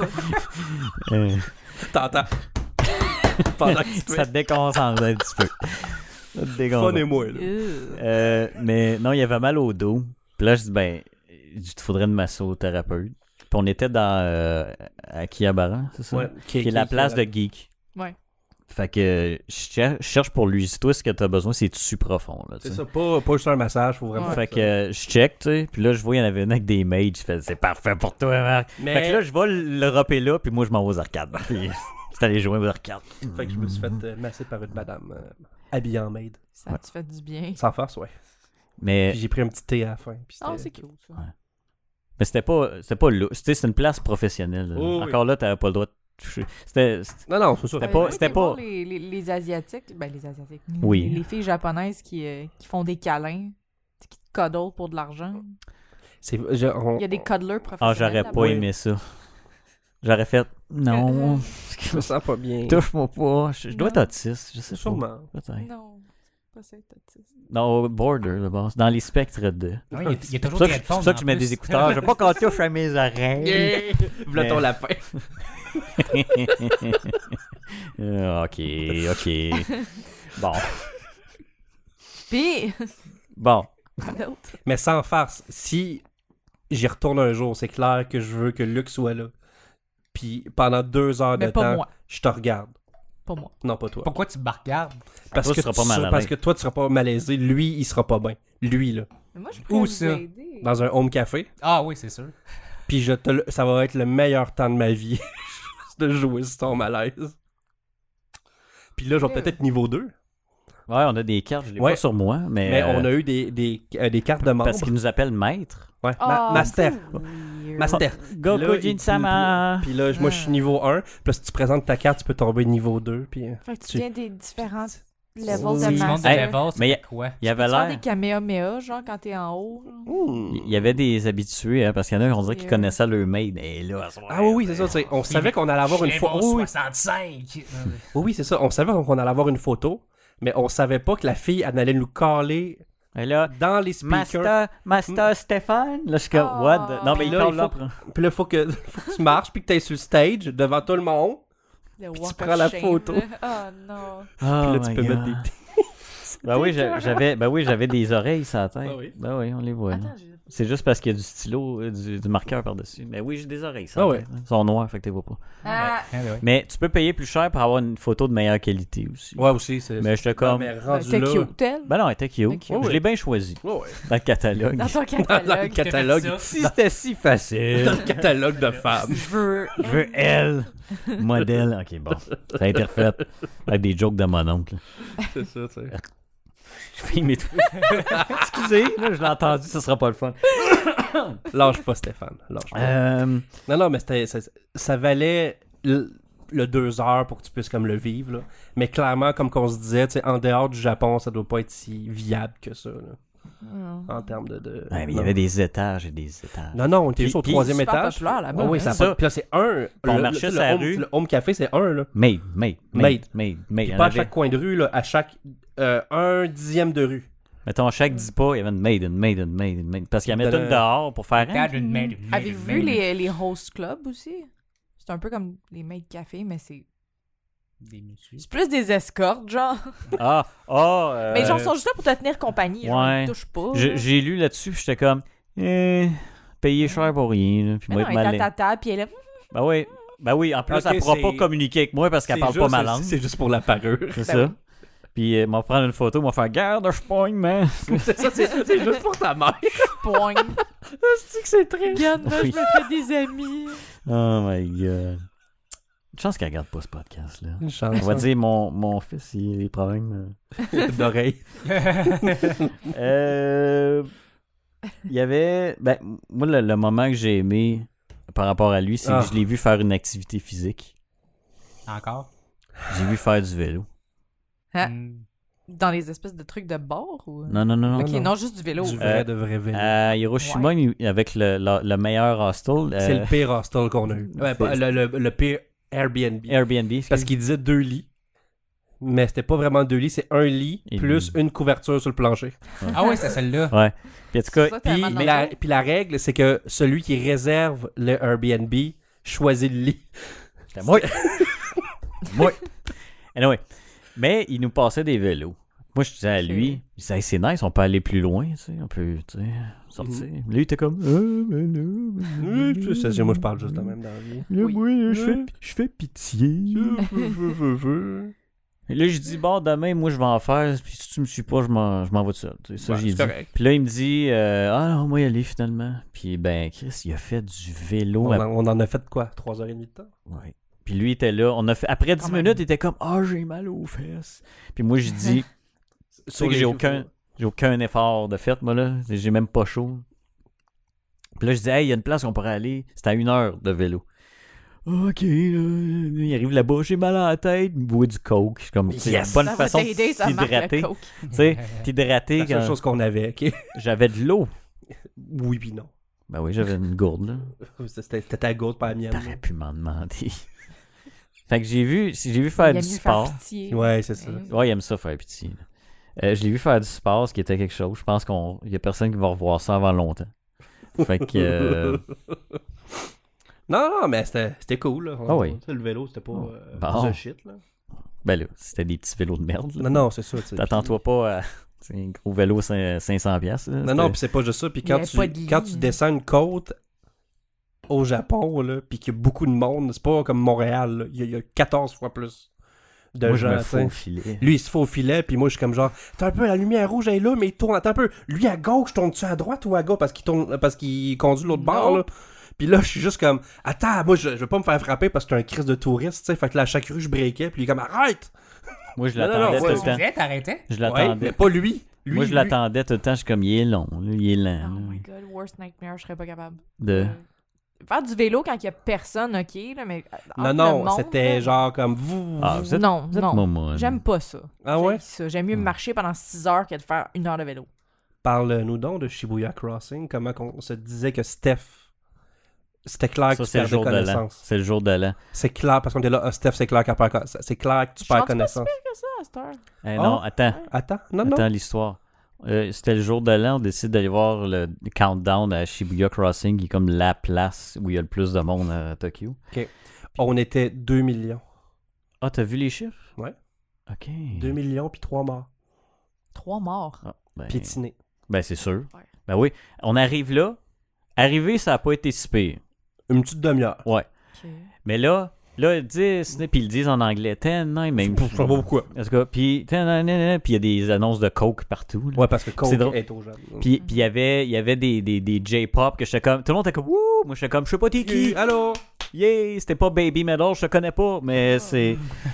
T'entends? Pendant que tu te Ça te déconcentre un petit peu. Ça te déconcentre. Fun et moi, là. Mais non, il avait mal au dos. Puis là, je dis, ben, il te faudrait une massothérapeute. Puis on était dans Akihabara, c'est ça? Ouais, Qui est la place de geek. Ouais. Fait que je cherche pour lui. Si toi, ce que t'as besoin, c'est dessus profond. Là, C'est t'sais. ça, pas juste un massage, faut vraiment. Fait que je check, tu sais. Puis là, je vois, il y en avait une avec des mages. Je fais, c'est parfait pour toi, Marc. Mais... Fait que là, je vais le repérer là, puis moi, je m'en vais aux arcades. Puis c'est allé jouer aux arcades. Fait que je me suis fait masser par une madame habillée en maid. Ça a-tu fait du bien? Sans force, ouais. Mais, Puis j'ai pris un petit thé à la fin. Puis Ah, c'est cute, ça. Ouais. mais c'était pas là. C'était une place professionnelle. Oh, oui. Encore là, t'avais pas le droit de toucher. Non, c'est ça. C'était pas- Les Asiatiques, ben les Asiatiques. Oui. Les filles japonaises qui font des câlins, qui te cuddle pour de l'argent. Il Il y a des cuddlers professionnels. j'aurais là-bas. pas aimé ça. J'aurais fait, non, Je me sens pas bien. touche-moi pas. Je dois être autiste, je sais pas. Sûrement. Peut-être. Non, pas ça, être autiste. Non, border, là, bon, c'est dans les spectres de. Oui, il y a C'est toujours pour des ça que, c'est pour headphones. ça que en je mets plus. des écouteurs. Je veux pas qu'on touche à mes oreilles. Voilà ton lapin. Ok. Bon. Puis, Bon. quoi d'autre? Mais sans farce, si j'y retourne un jour, c'est clair que je veux que Luc soit là. Puis pendant 2 heures Mais de pas temps, moi. je te regarde. Pas moi. Non, pas toi. Pourquoi tu me regardes? Parce Toi, que tu seras pas mal à l'aise. parce que toi, tu seras pas malaisé. Lui, il sera pas bien. Lui, là. Mais moi, je Où peux ça? vous aider. Dans un home café. Ah oui, c'est sûr. Puis ça va être le meilleur temps de ma vie de jouer sur ton malaise. Puis là, je vais peut-être être niveau 2. Ouais, on a des cartes, je les Ouais. vois sur moi, mais. Mais on a eu des cartes de membres. Parce qu'ils nous appellent maître. Ouais, Ah, master. c'est weird. Master. Goku Là, Jin-sama! Puis là, moi, je suis niveau 1. Puis là, si tu présentes ta carte, tu peux tomber niveau 2. Puis Fait que tu tu- viens des différents Oui. levels Si de tu montes de Hey, master. level, mais c'est quoi? Il y avait Tu fais des l'air. kamehameha, genre, quand t'es en haut. genre. Il y avait des habitués, hein, parce qu'il y en a, on dirait qu'ils Yeah. connaissaient leur maid. Et là, à ce Ah oui, c'est ça. tu sais, on savait qu'on allait avoir une photo. Oui, 65! oui, c'est ça. On savait qu'on allait avoir une photo. Mais on savait pas que la fille, elle allait nous caler Et là, dans les speakers. Master Stéphane? Là, je suis comme, Oh. what? Non, mais il Là, parle il là. faut- Puis là, faut que tu marches, puis que tu es sur le stage devant tout le monde. The Puis walk tu of prends la shame, photo. là. Oh non. Oh Puis là, my tu peux God. mettre des petits. Ben oui, j'avais des oreilles sur la tête. Ah oui. Ben oui, on les voit. là. Attends, j'ai... C'est juste parce qu'il y a du stylo, du marqueur par-dessus. Mais oui, j'ai des oreilles sur Ah la ouais. tête, hein. Ils sont noirs, fait que tu les vois pas. Ah, Mais tu peux payer plus cher pour avoir une photo de meilleure qualité aussi. Ouais, aussi. C'est... Mais j'étais comme. Mais rendu t'es là... cute, elle. Ben non, elle était cute. Ok. Je Ouais. l'ai bien choisi Ouais, ouais. dans le catalogue. Dans ton Dans le catalogue. catalogue. fait ça. Si c'était si facile. Dans le catalogue de femmes. Je veux... Je veux elle. Modèle. Ok, bon. Ça a été refait avec des jokes de mon oncle. C'est ça, tu sais. Je fais m'étouffer. Excusez, là, je l'ai entendu, ça sera pas le fun. Lâche pas, Stéphane. Lâche pas. Non, mais ça valait le 2 heures pour que tu puisses comme le vivre. Là. Mais clairement, comme qu'on se disait, tu sais, en dehors du Japon, ça doit pas être si viable que ça. Là, en termes de... Ouais, mais il y non. avait des étages et des étages. Non, on était juste au Puis- 3e super étage. populaire là-bas. Ah oui, hein. ça a Ça. pas... Puis là, c'est un. on Le- marchait tu sais, sur la le home, rue. Le home café, c'est un, là. Maid. Maid. Puis Pas à chaque coin de rue, là, à chaque 1/10 de rue. Mettons, chaque 10 pas, il y avait une maid. Parce qu'il y en mettait De- une dehors pour faire. Regarde une maid, une maid, Avez-vous une vu maid. les host clubs aussi? C'est un peu comme les maids de café, mais c'est Des muscles. plus des escortes, genre. Mais genre, ils sont juste là pour te tenir compagnie. Genre, ouais. ils te touchent pas. là. J'ai lu là-dessus, puis j'étais comme. Payer cher pour rien. Là, puis Mais moi, non, être elle est malin. à ta table, puis elle est... Ben oui, en plus, Ok, elle pourra c'est- pas communiquer avec moi parce qu'elle C'est parle pas juste- ma langue. C'est juste pour la parure. C'est Ben ça. oui. Puis, m'en prendre une photo, m'en faire garde, je pogne, man. c'est ça, c'est juste pour ta mère. Poigne. C'est que c'est très... Regarde, moi, Oui. je me fais des amis. Oh my god. Une chance qu'elle regarde pas ce podcast-là. Une chance. On va dire, mon fils, il a des problèmes. d'oreille. Il y avait. Ben, moi, le moment que j'ai aimé par rapport à lui, c'est Ah. que je l'ai vu faire une activité physique. Encore? J'ai vu faire du vélo. Hein? Hmm. Dans les espèces de trucs de bord ou... Non. Ok, non. non, juste du vélo. Du vrai, de vrai vélo. À Hiroshima, avec le meilleur hostel. C'est le pire hostel qu'on a eu. Ouais, pas- le pire Airbnb. Airbnb. Parce qu'il disait 2 lits. Mais c'était pas vraiment 2 lits, c'est un lit Et plus une couverture sur le plancher. Ah oui, c'est celle-là. Ouais. Puis en tout cas, Ça, Puis tellement la, dans puis la règle, c'est que celui qui réserve le Airbnb choisit le lit. c'était moi. Moi. Anyway. Mais il nous passait des vélos. Moi, je disais à lui, je disais, hey, c'est nice, on peut aller plus loin, tu sais, on peut, tu sais, sortir. Lui, il était comme, Tu sais, moi, je parle juste de même dans la vie. Là, Oui. moi, je fais pitié. Et là, je dis, bon, demain, moi, je vais en faire. Puis si tu me suis pas, je m'en vais tout seul. C'est ça, j'ai dit. Correct. Puis là, il me dit, ah non, moi, y aller finalement. Puis ben, Chris, il a fait du vélo. On en a fait quoi? 3h30 de temps? Ouais. Puis lui, il était là. Après 10 Quand même. minutes, il était comme, j'ai mal aux fesses. Puis moi, je dis, tu sais que j'ai aucun effort de fait, moi, là. J'ai même pas chaud. Puis là, je dis, il y a une place où on pourrait aller. C'était à 1 heure de vélo. OK, là. Il arrive là-bas, j'ai mal à la tête, il boit du coke. C'est comme, c'est une bonne Ça va façon t'aider, ça marque le t'hydrater. coke. Tu sais, t'hydrater C'est la seule quand chose qu'on avait, OK? j'avais de l'eau. Oui puis non. Ben oui, j'avais une gourde, là. C'était ta goutte, pas la mienne. T'aurais pu m'en demander. Fait que j'ai vu faire Il a du mieux sport. faire pitié. Ouais, c'est ça. Ouais, il aime ça faire pitié. Je l'ai vu faire du sport, ce qui était quelque chose. Je pense qu'il y a personne qui va revoir ça avant longtemps. Fait que... Non, mais c'était cool. Là. Oui. Le vélo, c'était pas Bon. the shit. Là. Ben là, c'était des petits vélos de merde. Là. Non, c'est ça. T'attends-toi pas à un gros vélo 500$. Là. Non, puis c'est pas juste ça. Puis Il y avait pas de quand ligne. tu descends une côte au Japon, là, puis qu'il y a beaucoup de monde, c'est pas comme Montréal. Là. Il y a 14 fois plus de Moi, gens. je me t'sais. fous au filet. Lui, il se fait au filet, puis moi, je suis comme genre, t'as un peu la lumière rouge, elle est là, mais il tourne. Attends un peu. Lui, à gauche, tourne-tu à droite ou à gauche parce qu'il conduit l'autre bord, là. Puis là, je suis juste comme, attends, moi, je veux pas me faire frapper parce que t'es un crise de touriste, tu sais. Fait que là, à chaque rue, je breakais, puis il est comme, arrête! Moi, je Non, l'attendais non, tout le ouais, temps. T'arrêtais? Je Ouais, l'attendais. mais pas lui. Moi, je l'attendais tout le temps. Je suis comme, il est long. Là, il est lent. Oh là. my god, worst nightmare, je serais pas capable. De... Faire du vélo quand il y a personne, ok, là, mais. entre Non, le monde, c'était là, genre comme, vous. Ah, vous êtes Non, non. momoune. J'aime pas ça. Ah ouais? J'haïs ça. J'aime mieux marcher pendant 6 heures que de faire 1 heure de vélo. Parle-nous donc de Shibuya Crossing, comment on se disait que Steph, c'était clair que Ça, tu c'est le perdais jour de l'an. connaissance. C'est le jour de l'an. C'est clair, parce qu'on était là, Steph, c'est clair qu'elle perd connaissance. C'est clair que tu Je perds pense pas connaissance. si pire que ça à cette heure. Non, attends. Attends, non. Attends l'histoire. C'était le jour de l'an, on décide d'aller voir le countdown à Shibuya Crossing, qui est comme la place où il y a le plus de monde à Tokyo. On était 2 millions. Ah, t'as vu les chiffres? Ouais. OK. 2 millions puis 3 morts. 3 morts. Ah, ben, Piétinés. ben, c'est sûr. Ouais. Ben oui. On arrive là. Arrivé, ça n'a pas été si pire. Une petite demi-heure. Ouais. Ok. Mais là, ils disent, puis ils le disent en anglais, 10, 9, même. Je sais pas pourquoi. En tout cas, puis 10, 9, 9, puis il y a des annonces de Coke partout. Là. Ouais, parce que Coke C'est drôle. est au jeune. Puis il y avait des J-pop que j'étais comme. Tout le monde était comme, wouh! Moi, j'étais comme, je sais pas t'es qui. Allô? Yeah! C'était pas Baby Metal, je te connais pas, mais c'est.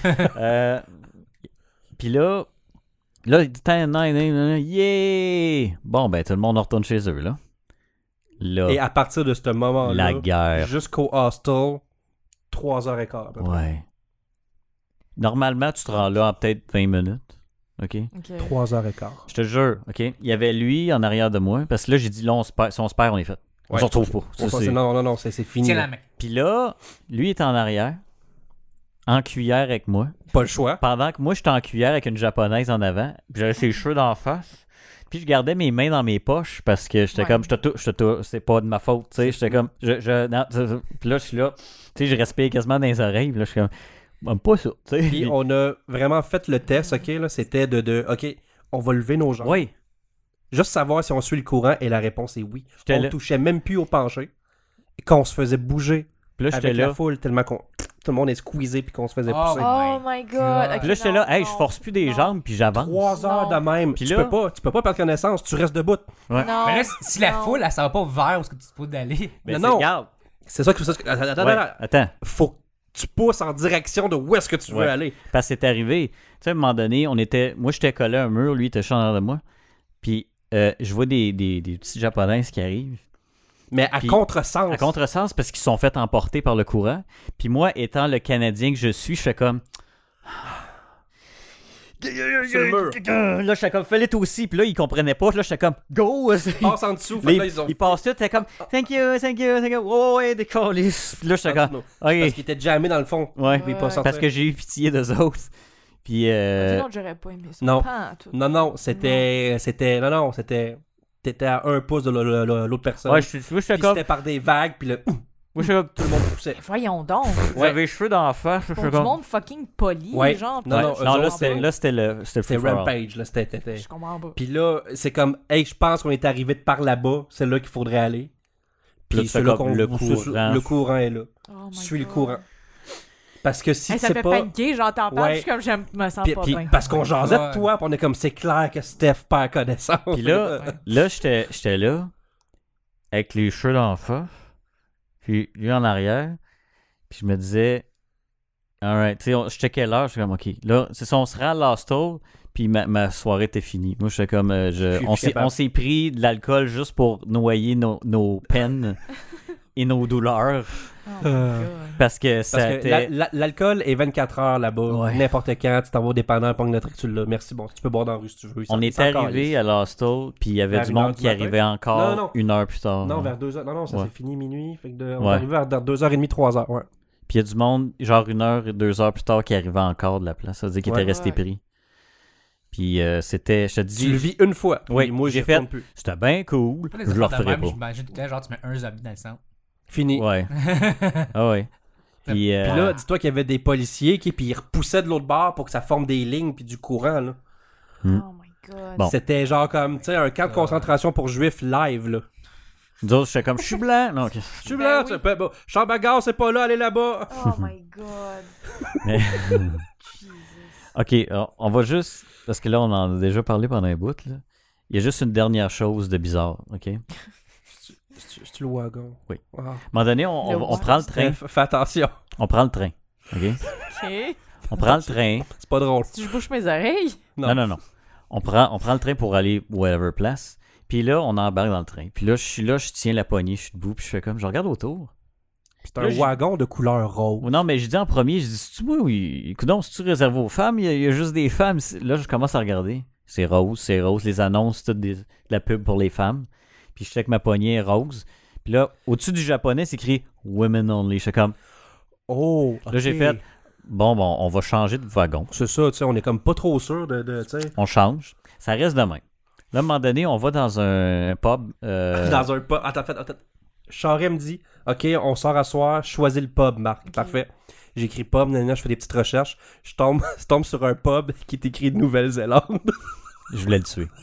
Puis là, il dit 10, 9, 9, yeah! Bon, ben, tout le monde retourne chez eux, là. Là, Et à partir de ce moment-là, la guerre. jusqu'au hostel, 3h15 à peu près. Ouais. Normalement, tu te rends là en peut-être 20 minutes. OK? Ok. 3h15. Je te jure, OK? Il y avait lui en arrière de moi, parce que là, j'ai dit, là, si on se perd, on est fait. On Ouais. se retrouve pas. Ça, c'est- Non, c'est fini. Tiens là. la main. Puis là, lui est en arrière, en cuillère avec moi, Pas le choix. pendant que moi, j'étais en cuillère avec une japonaise en avant, puis j'avais ses cheveux d'en face. Puis je gardais mes mains dans mes poches parce que j'étais Ouais. comme, c'est pas de ma faute, tu sais. J'étais comme, non, puis là, je suis là, tu sais, je respire quasiment dans les oreilles, puis là, je suis comme, même pas ça, tu sais. Puis on a vraiment fait le test, OK, là, c'était OK, on va lever nos jambes. Oui, Juste savoir si on suit le courant, et la réponse est oui. J'étais On là. touchait même plus au penché. Et qu'on se faisait bouger puis là, j'étais avec là. la foule, tellement qu'on tout le monde est squeezé puis qu'on se faisait Oh, pousser. Oh my god. Ok, Puis là, j'étais non, là, hey, non, je force plus des non. jambes, puis j'avance. 3 heures de même. Puis tu là- peux pas perdre connaissance, tu restes debout. Ouais. Non. Mais là, si la non. foule, elle s'en va pas vers où est-ce que tu te poses d'aller. Ben, Non. Regarde. C'est ça que attends, Ouais, attends. attends. Faut que tu pousses en direction de où est-ce que tu veux Ouais. aller. Parce que c'est arrivé. Tu sais, à un moment donné, moi, j'étais collé à un mur, lui, il était juste en arrière de moi. Puis, je vois des petits japonaises qui arrivent. Mais à Puis, contresens. À contresens, parce qu'ils se sont fait emporter par le courant. Puis moi, étant le Canadien que je suis, je fais comme... Sur le mur. Là, j'étais comme, fallait aussi. Puis là, ils comprenaient pas. Là, j'étais comme, go! Passe en dessous. Fait que là, Ils passent tout, t'es comme, thank you, thank you, thank you. Oh, ouais, des colis. Puis là, j'étais comme, Parce ok. qu'ils étaient jammés dans le fond. Ouais, Ils pouvaient pas sortir. parce que j'ai eu pitié d'eux autres. Puis, Sinon, j'aurais pas aimé ça. non. Pas en tout. Non, c'était... T'étais à 1 pouce de l'autre personne. ouais, j'étais Puis comme, c'était par des vagues, puis là, moi, j'étais comme, tout le monde poussait. Voyons donc. j'avais les cheveux dans la face. Pour J'étais du comme, monde fucking poli, Ouais. genre. Non, Ouais. non, non, eux là, autres, c'était le C'était free for all. Rampage, là. C'était... Je comprends pas. Puis là, c'est comme, hey, je pense qu'on est arrivé de par là-bas, c'est là qu'il faudrait aller. Puis là, Puis tu c'est fais là comme qu'on le courant. le courant est là. Oh my Suis le God. courant. Parce que si ça tu sais fait pas... paniquer, j'entends pas, je suis comme, je me sens pas bien. Parce qu'on jasait de toi, puis on est comme, c'est clair que Steph perd connaissance. Puis là, j'étais là, avec les cheveux dans le face, puis lui en arrière, puis je me disais, alright, tu sais, je checkais l'heure, je suis comme, OK, là, c'est ça, on se rend à Lost Hole, puis ma soirée était finie. Moi, j'étais comme, on s'est pris de l'alcool juste pour noyer nos peines et nos douleurs. Oh my God. Parce que l'alcool est 24 heures là-bas, Ouais. n'importe quand, tu t'en vas au dépanneur, pogne le truc, tu l'as. Merci, bon, tu peux boire dans la rue si tu veux. on est arrivé à Lost Hole, puis il y avait Vers du 1 heure monde du qui matin. arrivait encore Non. 1 heure plus tard. Non, vers 2h. Non, ça Ouais. s'est fini minuit. Fait que on Ouais. est arrivé vers 2h30, 3h. Ouais. Puis il y a du monde, genre 1 heure et 2 heures plus tard, qui arrivait encore de la place. Ça veut dire qu'il était resté pris. Puis c'était, je te dis... Tu le vis une fois. Oui, moi, j'ai j'y fait. retourne plus. C'était bien cool. Pas des Je le affaires de referai même, pas. j'imagine tout le temps, genre, tu mets un zombie dans le centre. Fini. Ouais. Ah ouais. Puis Puis là, dis-toi qu'il y avait des policiers puis ils repoussaient de l'autre bord pour que ça forme des lignes puis du courant, là. Oh my God. Bon. C'était genre comme, tu sais, un camp de concentration pour juifs live, là. nous autres, j'étais comme, je suis blanc. Non, ok. Je suis blanc, oui. tu sais, bon, chambre à gaz, c'est pas là, allez là-bas. Oh my God. Mais- Jesus. OK, on va juste... Parce que là, on en a déjà parlé pendant un bout, là. Il y a juste une dernière chose de bizarre, OK? À un C'est-tu le wagon? Oui. Wow. moment donné, Le on wagon. prend le train. Fais attention. On prend le train, OK? OK. On prend le train. C'est pas drôle. Si je bouche mes oreilles. Non. On prend le train pour aller whatever place. Puis là, on embarque dans le train. Puis là, je tiens la poignée, je suis debout, puis je fais comme, je regarde autour. C'est Là, un wagon de couleur rose. Non, mais je dis en premier, je dis, c'est-tu moi, oui, écoute donc, c'est-tu réservé aux femmes? Il y a juste des femmes. Là, je commence à regarder. C'est rose. Les annonces, toutes de la pub pour les femmes. Puis je check ma poignée rose. Puis là, au-dessus du japonais, c'est écrit Women Only. Je suis comme, Oh, là, j'ai ok. fait, bon, on va changer de wagon. C'est ça, tu sais, on est comme pas trop sûr de tu sais. On change. Ça reste de même. Là, à un moment donné, on va dans un pub. Dans un pub. Attends. Charest me dit, OK, on sort à soir, choisis le pub, Marc. Parfait. J'écris pub, je fais des petites recherches. Je tombe sur un pub qui est écrit Nouvelle-Zélande. Je voulais le tuer.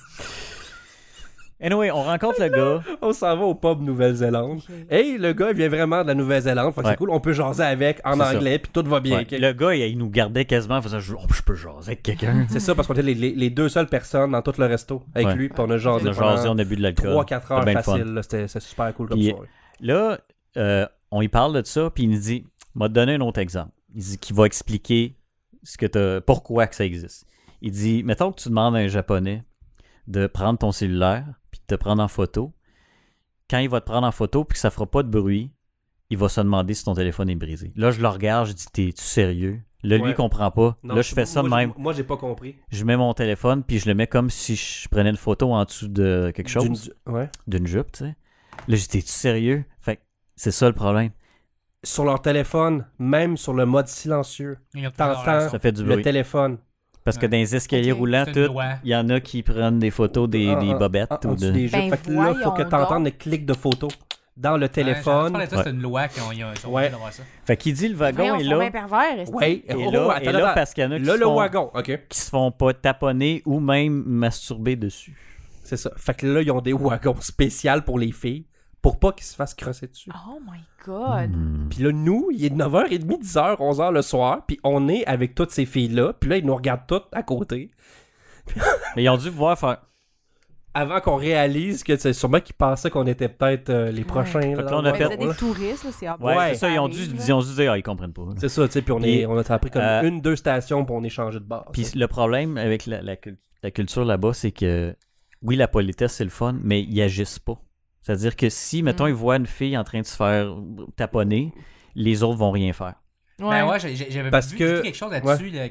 Anyway, on rencontre le gars. On s'en va au pub Nouvelle-Zélande. Ok. Hey, le gars, il vient vraiment de la Nouvelle-Zélande. Fait que Ouais. c'est cool, on peut jaser avec en C'est ça. anglais, puis tout va bien. Ouais. ok? Le gars, il nous gardait quasiment en faisant, je peux jaser avec quelqu'un. C'est ça, parce qu'on était les deux seules personnes dans tout le resto avec Ouais. lui, puis on a On jasé a jasé, on a bu de l'alcool. 3-4 heures C'était bien le fun. facile. là. C'était super cool comme Puis- soirée. Là, on y parle de ça, puis il nous dit, m'a donné un autre exemple. Il dit qu'il va expliquer pourquoi que ça existe. Il dit, mettons que tu demandes à un Japonais de prendre ton cellulaire, puis de te prendre en photo. Quand il va te prendre en photo, puis que ça fera pas de bruit, il va se demander si ton téléphone est brisé. Là, je le regarde, je dis, t'es-tu sérieux? Là, lui, Ouais. il comprend pas. Non, Là, je fais ça de moi, même. Moi, j'ai pas compris. Je mets mon téléphone, puis je le mets comme si je prenais une photo en dessous de quelque chose, Ouais. d'une jupe, tu sais. Là, je dis, t'es-tu sérieux? Fait que c'est ça le problème. Sur leur téléphone, même sur le mode silencieux, T'entends Ça fait du le bruit. téléphone. Parce que dans les escaliers Ok. roulants, C'est une tout, loi. il y en a qui prennent des photos des bobettes. En ou dessous de... des jeux. Ben, Fait que là, faut que voyons t'entendes donc. le clic de photo dans le téléphone. C'est une loi qu'ils ont Ouais. obligé d'avoir ça. Fait qu'il dit le wagon Voyons, est ils sont bien là. pervers. est-ce que- Ouais. Et Oh, là, attends. parce qu'il y en a qui, Là, se le font, wagon, OK. qui se font pas taponner ou même masturber dessus. C'est ça. Fait que là, ils ont des wagons spéciaux pour les filles pour pas qu'ils se fassent crosser dessus. Oh my God. Puis là, nous, il est 9h30, 10h, 11h le soir, puis on est avec toutes ces filles-là, puis là, ils nous regardent toutes à côté. Mais ils ont dû voir faire. Avant qu'on réalise que c'est sûrement qu'ils pensaient qu'on était peut-être les prochains. Fait que là, on a Ouais, fait- vous êtes des touristes, là, c'est obvious. Ouais, Ouais. c'est ça. Ils ont dû dire, ils comprennent pas. C'est ça, tu sais, puis Puis, on a appris comme euh, 2 stations, puis on est changé de base. Puis le problème avec la culture là-bas, c'est que oui, la politesse, c'est le fun, mais ils agissent pas. C'est-à-dire que si, mettons, ils voient une fille en train de se faire taponner, les autres vont rien faire. Ben ouais, j'avais Parce vu que- quelque chose là-dessus, là,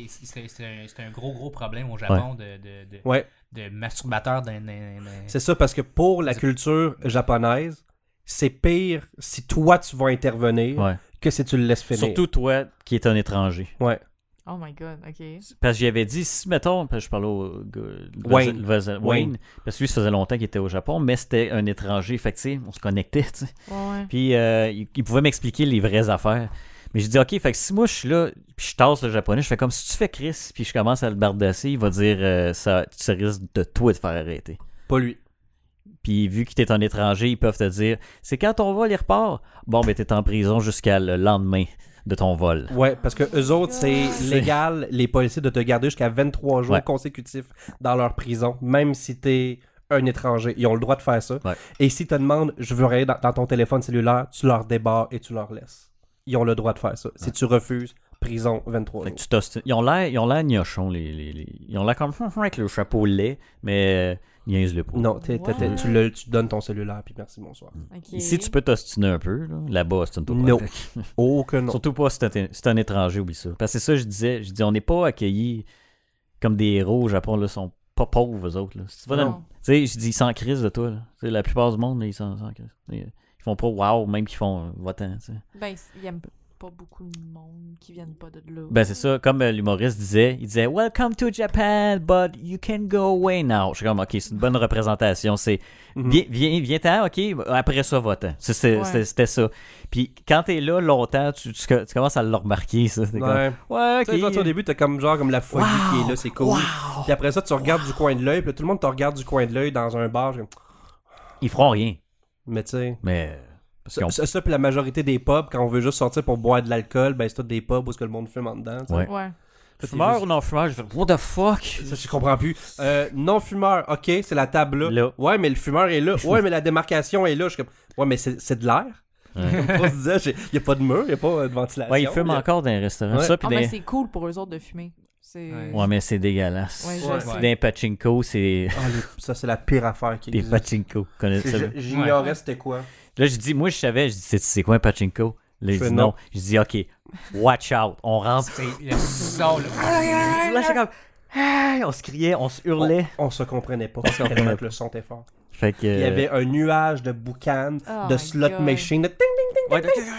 c'est un gros problème au Japon de Ouais, masturbateurs c'est ça, parce que pour la culture japonaise, c'est pire si toi, tu vas intervenir Ouais. que si tu le laisses finir. Surtout toi qui es un étranger. Ouais. Oh my God, OK. Parce que j'y avais dit, si, mettons, parce que je parlais au gars, Wayne. Wayne, parce que lui, ça faisait longtemps qu'il était au Japon, mais c'était un étranger. Fait que, tu sais, on se connectait, tu sais. Ouais. Puis, il pouvait m'expliquer les vraies affaires. Mais je dis, OK, fait que si moi, je suis là, puis je tasse le japonais, je fais comme si tu fais Chris, puis je commence à le bardasser, il va dire, ça risque de toi de faire arrêter. Pas lui. Puis, vu que t'es un étranger, ils peuvent te dire, c'est quand ton vol, il repart? Bon, ben, t'es en prison jusqu'à le lendemain de ton vol. Ouais, parce que eux autres, c'est légal, les policiers, de te garder jusqu'à 23 jours consécutifs dans leur prison, même si t'es un étranger. Ils ont le droit de faire ça. Ouais. Et s'ils te demandent, je veux rien dans ton téléphone cellulaire, tu leur débarres et tu leur laisses. Ils ont le droit de faire ça. Si tu refuses, prison 23 jours. Ils ont l'air gnochons, ils ont l'air comme avec le chapeau laid, mais niaise-le pas. Non, tu donnes ton cellulaire, puis merci, bonsoir. Okay. Ici, tu peux t'ostiner un peu. Là-bas, c'est une Non. Oh que non. Surtout pas si t'es un étranger, oublie ça. Parce que c'est ça, je disais, on n'est pas accueillis comme des héros au Japon, là, sont pas pauvres, eux autres. Là. Si tu vas tu sais, je dis, ils s'en crise de toi. Là. La plupart du monde, là, ils s'en crise. Ils font pas wow, même qu'ils font va-t'en. Ben, ils aiment pas beaucoup de monde qui viennent pas de là. Ben, c'est ça. Comme l'humoriste disait, il disait Welcome to Japan, but you can go away now. Je suis comme, ok, c'est une bonne représentation. C'est viens-t'en, ok, après ça, va-t'en. C'était ça. Puis quand t'es là longtemps, tu commences à le remarquer, ça. Comme, ok. Tu sais, au début, t'as comme la folie qui est là, c'est cool. Puis après ça, tu regardes du coin de l'œil, puis là, tout le monde te regarde du coin de l'œil dans un bar. Ils feront rien. Mais tu sais. Mais. Ça, puis la majorité des pubs, quand on veut juste sortir pour boire de l'alcool, ben c'est tous des pubs où est-ce que le monde fume en dedans. Ouais. Fumeur ou non-fumeur? Je fais, what the fuck? Ça, je comprends plus. Non-fumeur, ok, c'est la table là. Ouais, mais le fumeur est là. Ouais, mais la démarcation est là. Je suis comme, ouais, mais c'est de l'air. Comme on se disait, il n'y a pas de mur, il n'y a pas de ventilation. Ouais, ils fument encore dans les restaurants. Ouais. Ça, mais c'est cool pour eux autres de fumer. Ouais, mais c'est dégueulasse. Ouais. D'un pachinko, c'est. Ça, c'est la pire affaire qui existe. Des pachinko. J'ignorais c'était quoi. Là, je savais, c'est quoi un pachinko? Là, je dis non. Je dis, ok, watch out. On rentre. C'est le son, là, j'étais comme. On se criait, on se hurlait. On se comprenait pas parce que le son était fort. Fait que... Il y avait un nuage de boucan, de slot machine, de ting ting ting ting.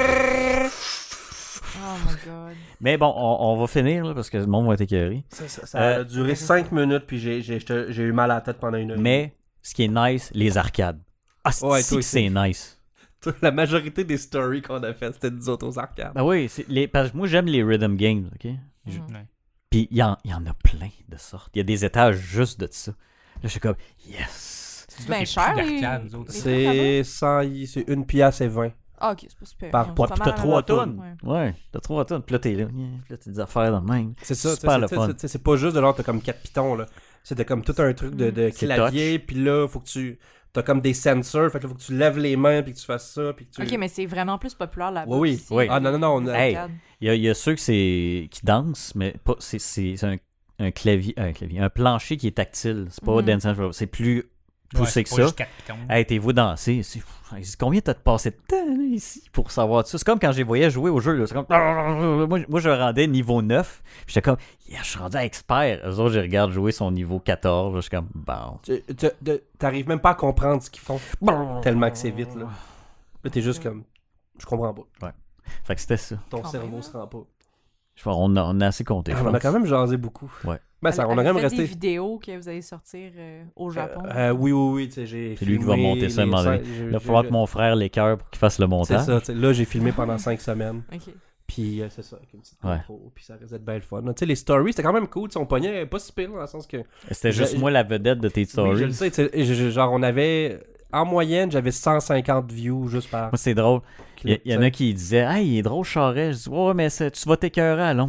Oh my god. Mais bon, on va finir là, parce que le monde va être écœuré. Ça a duré 5 minutes puis j'ai eu mal à la tête pendant une heure. Mais ce qui est nice, les arcades. Ah, c'est nice. La majorité des stories qu'on a fait, c'était nous autres aux arcades. Ben oui, parce que moi j'aime les rhythm games, ok? Puis il y en a plein de sortes. Il y a des étages juste de ça. Là, je suis comme, yes! C'est bien cher, c'est 1 pièce et 20. Ah, ok, c'est pas super. Puis t'as 3 tonnes. Ouais, t'as 3 tonnes. Puis là, t'es là. Puis là, t'as des affaires dans le même. C'est ça, super le fun. C'est pas juste de l'ordre, t'as comme 4 pitons, là. C'était comme tout un truc de clavier, puis là, faut que tu... T'as comme des sensors, fait que là, faut que tu lèves les mains, puis que tu fasses ça, puis que tu... Ok, mais c'est vraiment plus populaire là-bas. Oui. Ah non. Il y a ceux qui dansent, mais pas, c'est un clavier, un plancher qui est tactile. C'est pas Dance and Roll. C'est plus poussé que ça. Hey, t'es-vous danser. Combien t'as passé de temps là, ici pour savoir ça? C'est comme quand j'ai voyé jouer au jeu. Là. C'est comme... Moi, je rendais niveau 9. Puis j'étais comme, je suis rendu expert. Eux autres, je regarde jouer son niveau 14. Là, je suis comme, bon. T'arrives même pas à comprendre ce qu'ils font. Tellement que c'est vite. Là, t'es juste comme, je comprends pas. Ouais. Fait que c'était ça. Ton cerveau se rend pas. On a assez compté. On a quand même jasé beaucoup. Ouais. Ben, ça, on a quand même resté. Des vidéos que vous allez sortir au Japon. Oui, tu sais, j'ai filmé. C'est lui qui va monter ça à un moment donné. Il va falloir que mon frère l'écœure pour qu'il fasse le montage. C'est ça, là, j'ai filmé pendant 5 semaines. Ok. Puis c'est ça, avec une petite intro, puis ça risque d'être bien le fun. Tu sais, les stories, c'était quand même cool. On pognait pas si pire, dans le sens que... C'était juste moi la vedette de tes stories. Oui, je le sais. Genre, on avait... En moyenne, j'avais 150 views juste par... Moi, c'est drôle. Il y en a qui disaient « Hey, il est drôle, Charest. » Je dis « Ouais, mais tu vas t'écœurer à l'ombre. »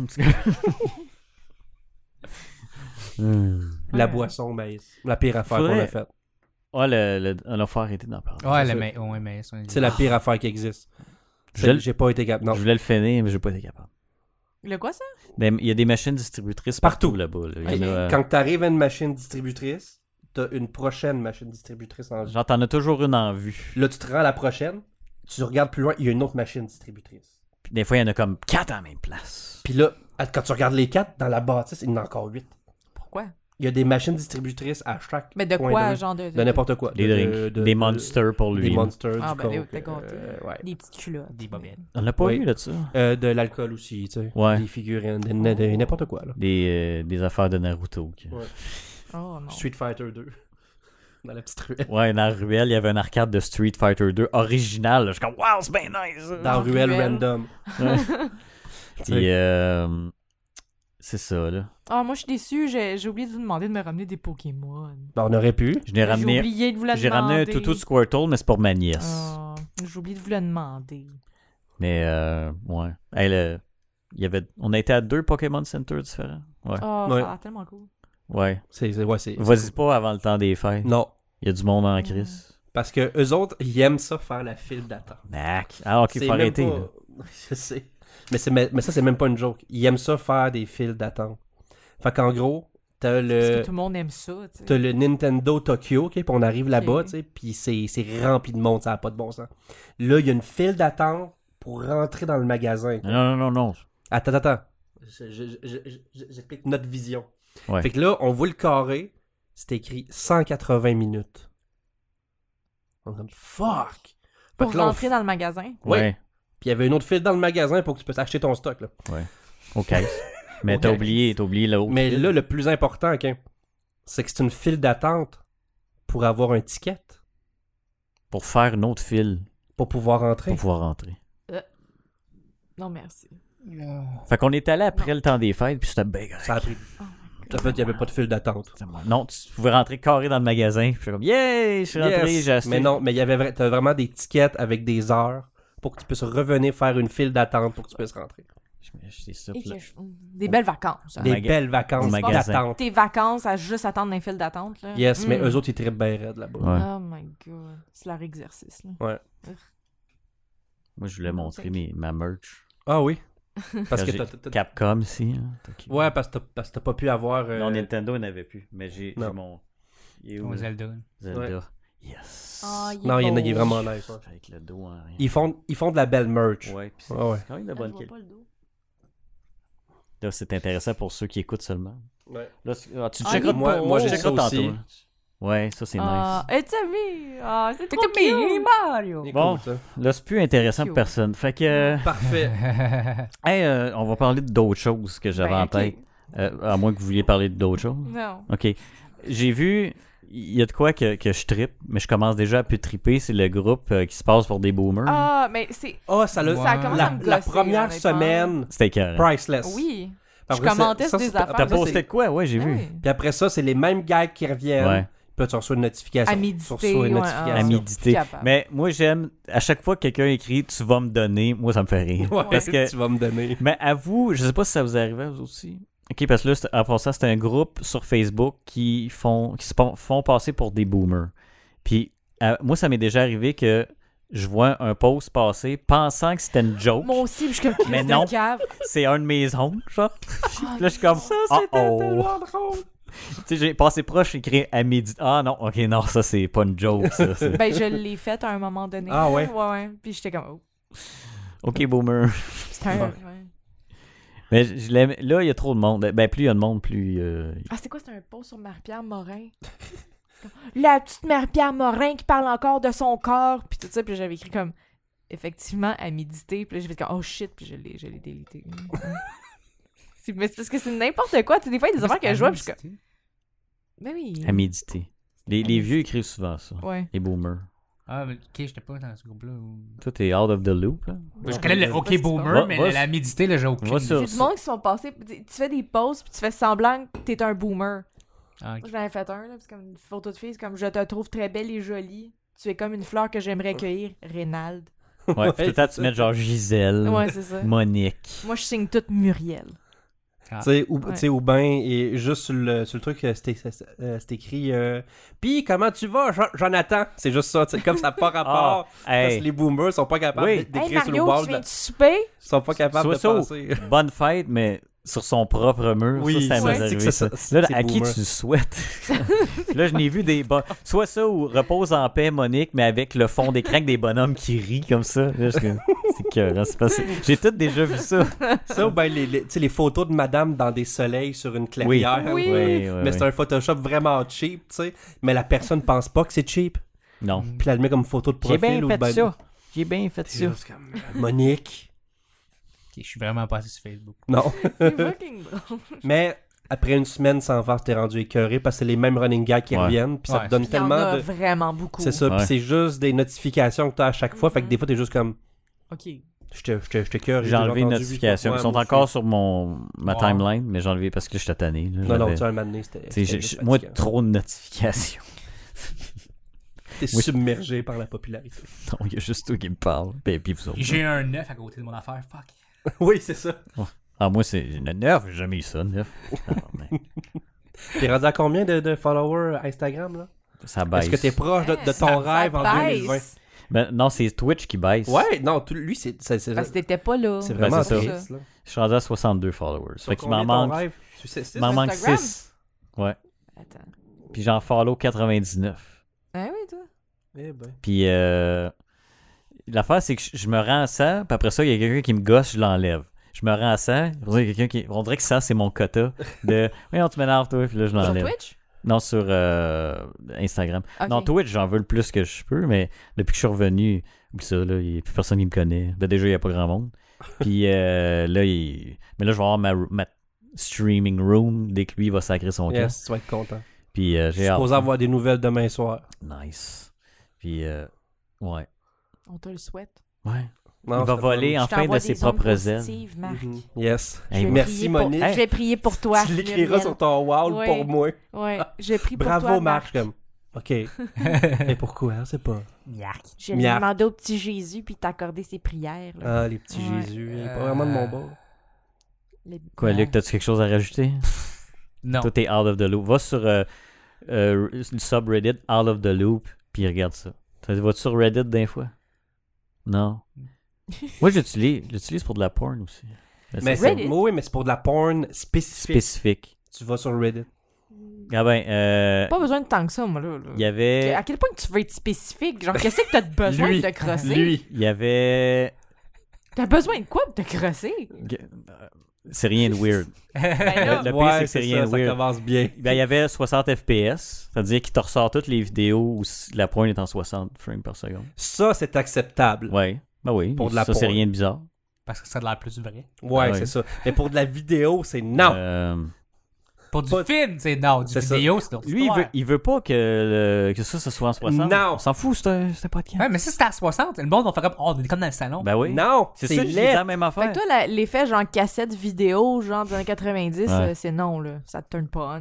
La boisson, mais la pire affaire qu'on a faite. Ouais, on a fait arrêter d'en parler. Ouais, mais c'est la pire affaire qui existe. J'ai pas été capable. Je voulais le finir, mais j'ai pas été capable. Le quoi, ça? Il y a des machines distributrices partout là-bas. Là. Quand t'arrives à une machine distributrice, t'as une prochaine machine distributrice en vue. Genre, t'en as toujours une en vue. Là, tu te rends à la prochaine, tu regardes plus loin, il y a une autre machine distributrice. Puis des fois, il y en a comme 4 en même place. Puis là, quand tu regardes les 4, dans la bâtisse, il y en a encore 8. Pourquoi? Il y a des machines distributrices à chaque Mais de quoi, genre de n'importe quoi. Des drinks, des monsters pour lui. Des monsters, du coke. Des petites culottes. Des bobines. On l'a pas vu là-dessus. De l'alcool aussi, tu sais. Ouais. Des figurines, n'importe quoi, là. Des affaires de Naruto. Ouais. Oh non. Street Fighter 2. Dans la petite ruelle. Ouais, dans la ruelle, il y avait un arcade de Street Fighter 2 original. Là. Je suis comme, wow, c'est bien nice. Dans la ruelle random. Puis, c'est ça, là. Ah, moi, je suis déçu. J'ai oublié de vous demander de me ramener des Pokémon. Ben, on aurait pu. J'ai oublié de vous la demander. J'ai ramené un toutou de Squirtle, mais c'est pour ma nièce. J'ai oublié de vous le demander. Mais, ouais. Hey, on a été à 2 Pokémon Center différents. Ouais. Oh, ça a l'air tellement cool. Ouais. Vas-y pas avant le temps des fêtes. Non. Il y a du monde en crise. Parce que eux autres, ils aiment ça faire la file d'attente. Ah, ok, faut arrêter. Pas... Je sais. Mais ça, c'est même pas une joke. Ils aiment ça faire des files d'attente. Fait qu'en gros, t'as le... Parce que tout le monde aime ça, tu sais. T'as le Nintendo Tokyo, ok, puis on arrive là-bas, Ok. tu sais, puis c'est rempli de monde, ça n'a pas de bon sens. Là, il y a une file d'attente pour rentrer dans le magasin. Non. Attends. J'explique notre vision. Ouais. Fait que là, on voit le carré, c'est écrit 180 minutes. On est comme, fuck! Fait Pour que là, rentrer dans le magasin. Ouais. Puis il y avait une autre file dans le magasin pour que tu puisses acheter ton stock, là. OK. Mais Ok. t'as oublié l'autre. Mais file. là, le plus important, ok, c'est que c'est une file d'attente pour avoir un ticket, Pour faire une autre file, pour pouvoir rentrer. pour pouvoir rentrer. Non, merci. Fait qu'on est allé après le temps des fêtes, puis c'était bien correct. Ça a pris. En fait, il n'y avait pas de file d'attente. Non, tu pouvais rentrer carré dans le magasin. Puis je suis comme, yeah, je suis rentré, Yes! j'ai acheté. Mais non, mais t'as vraiment des tickets avec des heures pour que tu puisses revenir faire une file d'attente pour que tu puisses rentrer. Je m'ai acheté ça. Et puis là- des belles vacances. Hein. Des belles vacances au magasin. d'attente. Tes vacances à juste attendre dans les files d'attente. Là. Yes, mais eux autres, ils trippent bien raide là-bas. Ouais. Oh my god. C'est leur exercice. Là. Ouais. Moi, je voulais montrer ma merch. Ah oui? Parce que J'ai t'as... Capcom ici. Hein. Ouais, parce que t'as pas pu avoir... Non, Nintendo n'avait plus. Mais j'ai Non. mon. Il est où, Comme là? Zelda. Zelda. Ouais. Yes. Ah, Non, il est beau. vraiment nice. Ouais. Avec le dos en rien. Ils font de la belle merch. Ouais, puis c'est Ouais. quand même de Ah, je bonne vois qualité. pas le dos. Là, c'est intéressant pour ceux qui écoutent seulement. Ouais. Là, tu Ah, checkeras moi- pas- moi, j'ai tu checkeras ça tantôt, aussi. hein. Ouais, ça, c'est Ah, nice. et tu as vu? Ah, c'est trop T'es bien, cute. Mario! Il est Bon. cool, ça. Là, c'est plus intéressant pour Cute. personne. Fait que... Parfait. hey, on va parler d'autres choses que j'avais Ben, en ok. tête. À moins que vous vouliez parler d'autres choses. Non. OK. J'ai vu... Il y a de quoi que je trippe, mais je commence déjà à plus triper. C'est le groupe qui se passe pour des boomers. Ah, mais c'est. Ah, ça l'a... Ça commence à me La gosser, première honnêtement. semaine, C'était écœurant. priceless. Oui. Après, Je commentais ça, sur des c'est- affaires. T'as après, posté c'est- de quoi? Ouais, j'ai Ah vu. oui. Puis après ça, c'est les mêmes gags qui reviennent. Ouais. Puis là, tu reçois une notification. À Tu méditer, reçois une ouais, notification. À méditer. Capable. Mais moi, j'aime... À chaque fois que quelqu'un écrit « Tu vas me donner », moi, ça me fait rire. Ouais, Parce que... tu vas me donner. Mais à vous, je sais pas si ça vous arrivait vous aussi. OK, parce que là, en passant, c'est un groupe sur Facebook qui font passer pour des boomers. Puis moi, ça m'est déjà arrivé que je vois un post passer pensant que c'était une joke. Moi aussi, je suis comme Mais Christ non. de cave. C'est un de mes oncles, genre. Puis là, je suis comme tellement drôle. Tu sais, j'ai passé proche, j'ai écrit à midi. Ah non, OK, non, ça, c'est pas une joke, ça. c'est- Ben, je l'ai fait à un moment donné. Ah ouais? Ouais. Puis j'étais comme, oh. OK, boomer. C'était un. Bon. Ouais. Mais je l'aime. Là, il y a trop de monde. Ben, plus il y a de monde, plus... Ah, c'est quoi? C'était un post sur Marie-Pierre Morin. La petite Marie-Pierre Morin qui parle encore de son corps. Puis tout ça. Puis j'avais écrit comme, effectivement, à méditer. Puis là, j'ai fait comme, oh shit. Puis je l'ai délité. Mais c'est parce que c'est n'importe quoi. Tu sais, des fois, il y a des affaires que je vois. Puis je suis comme, ben oui. à méditer. Les vieux écrivent souvent ça. Ouais. Les boomers. Ah, mais ok, j'étais pas dans ce groupe-là. Toi, t'es out of the loop, là. Je connais le Ouais. OK Boomer, Va- mais va- la méditer, là, j'ai aucune va idée. sur- C'est du monde qui se sont passés. Tu fais des posts. Puis tu fais semblant que t'es un boomer. Ah, ok. Moi, j'en ai fait un, là, c'est comme une photo de fille, c'est comme je te trouve très belle et jolie. Tu es comme une fleur que j'aimerais cueillir, Reynald. Ouais, faut tout le temps tu mets genre Gisèle, Ouais, c'est ça. Monique. Moi, je signe toute Muriel. Tu sais, ou, Ouais. tu sais, ou ben, et juste sur le truc, c'est écrit Pis comment tu vas, Jonathan? C'est juste ça, tu sais, comme ça n'a pas rapport. Parce Hey, que les boomers sont pas capables Oui. Hey d'écrire sur le Mario, wall. tu viens de souper? Ils sont pas capables de Sois penser. bonne fête, mais sur son propre mur. Oui, ça m'est ouais. arrivé, c'est que ça. c'est Là, c'est à qui boomer. tu le souhaites? Là, je n'ai vu des... Soit ça ou Repose en paix, Monique, mais avec le fond d'écran avec des bonhommes qui rient comme ça. Là, c'est cœur, c'est passé. J'ai tout déjà vu ça. Ça, ou ben, tu sais, les photos de madame dans des soleils sur une clairière. Oui. Mais c'est un Photoshop vraiment cheap, tu sais. Mais la personne pense pas que c'est cheap. Non. Puis elle le met comme photo de J'ai profil. bien ou fait ben, ça. J'ai bien fait c'est ça. juste comme, Monique. Ok, je suis vraiment passé sur Facebook. Non. C'est fucking drôle. Mais après une semaine sans faire, t'es rendu écœuré parce que c'est les mêmes running gags qui Ouais. reviennent. Puis ça Ouais, te donne Il y en tellement a de. vraiment beaucoup. C'est ça. Ouais. Puis c'est juste des notifications que t'as à chaque fois. Fait que des fois, t'es juste comme. OK. J'étais cœur. J'ai enlevé une notification. Ils sont encore sur ma Wow. timeline, mais j'ai enlevé parce que j'étais tanné. là. Non, non, J'avais- tu sais, un moment donné, c'était. Tu sais, c'était juste moi, fatigant. trop de notifications. T'es Oui. submergé par la popularité. Non, il y a juste toi qui me parle. Puis vous autres. J'ai un 9 à côté de mon affaire. Fuck. Oui, c'est ça. Ah, moi, c'est 9, j'ai jamais eu ça, 9. T'es rendu à combien de followers Instagram, là? Ça baisse. Est-ce que t'es proche de ton rêve en 2020? Ben, non, c'est Twitch qui baisse. Ouais, non, lui, c'est Parce que t'étais pas là. c'est vraiment c'est triste, là. Je suis rendu à 62 followers. Fait qu'il m'en Combien ton manque. rêve? Tu sais, Il m'en manque Instagram? 6. Ouais. Attends. Puis j'en follow 99. Ah oui, toi? Eh ben. Puis l'affaire, c'est que je me rends à ça, puis après ça, il y a quelqu'un qui me gosse, je l'enlève. Je me rends à ça, on dirait que ça, c'est mon quota de « Oui, on te m'énerve, toi », puis là, je l'enlève. Sur Twitch? Non, sur Instagram. Ok. Non, Twitch, j'en veux le plus que je peux, mais depuis que je suis revenu, oublie ça, là, il n'y a plus personne qui me connaît. Ben, déjà, il n'y a pas grand monde. Puis là, mais là, je vais avoir ma streaming room dès que lui va sacrer son camp. Yes, tu vas être content. Puis Je suis j'ai hâte. supposé avoir des nouvelles demain soir. Nice. Puis, ouais. On te le souhaite. Ouais. Non, Il va c'est voler Je enfin t'envoie de ses des ondes propres ailes. positives, Marc. Mhm. Yes. Hey, Je vais merci, prier pour- Monique. Je vais prier pour toi. Tu l'écriras Muriel. sur ton wall Ouais. pour moi. Ouais, je prie pour Bravo, toi, Marc. Comme, OK. Mais pourquoi? Je sais pas. Je lui ai Miark. demandé au petit Jésus puis t'as accordé ses prières. Là. Ah, les petits Ouais. Jésus. Il est pas vraiment de mon bord. Quoi, Luc, t'as-tu quelque chose à rajouter? Non. Toi, t'es out of the loop. Va sur le subreddit Out of the Loop, puis regarde ça. Vas-tu sur Reddit d'un fois? Non. Moi, j'utilise pour de la porn aussi. Mais c'est Reddit? oui, mais c'est pour de la porn spécifique. spécifique. Tu vas sur Reddit. Ah ben, Pas besoin de tant que ça, moi, là. il y avait... À quel point tu veux être spécifique? Genre, qu'est-ce que t'as de besoin Lui. de te crosser? Lui. Il y avait... T'as besoin de quoi pour te crosser? C'est rien de weird. Ben là, Le pire, Ouais, c'est que c'est rien de ça weird. commence bien. Ben, il y avait 60 FPS, c'est-à-dire qu'il te ressort toutes les vidéos où la porn est en 60 frames par seconde. Ça, c'est acceptable. Ouais, ben oui, Pour de la ça c'est porn. rien de bizarre. Parce que ça a l'air plus vrai. Ouais, Ouais. c'est ça. Mais pour de la vidéo, c'est non. Pour du Pas- film, c'est non. Du C'est ça. vidéo, c'est d'autres Lui, il veut pas que ça soit en 60. Non. On s'en fout, c'est un podcast. Ouais, mais si c'était à 60, le monde va faire comme, oh, on est comme dans le salon. Ben oui. Non, c'est ça, je disais laid. la même Fait affaire. que toi, l'effet genre cassette vidéo, genre des années 90, Ouais. c'est non, là. Ça te turn pas on.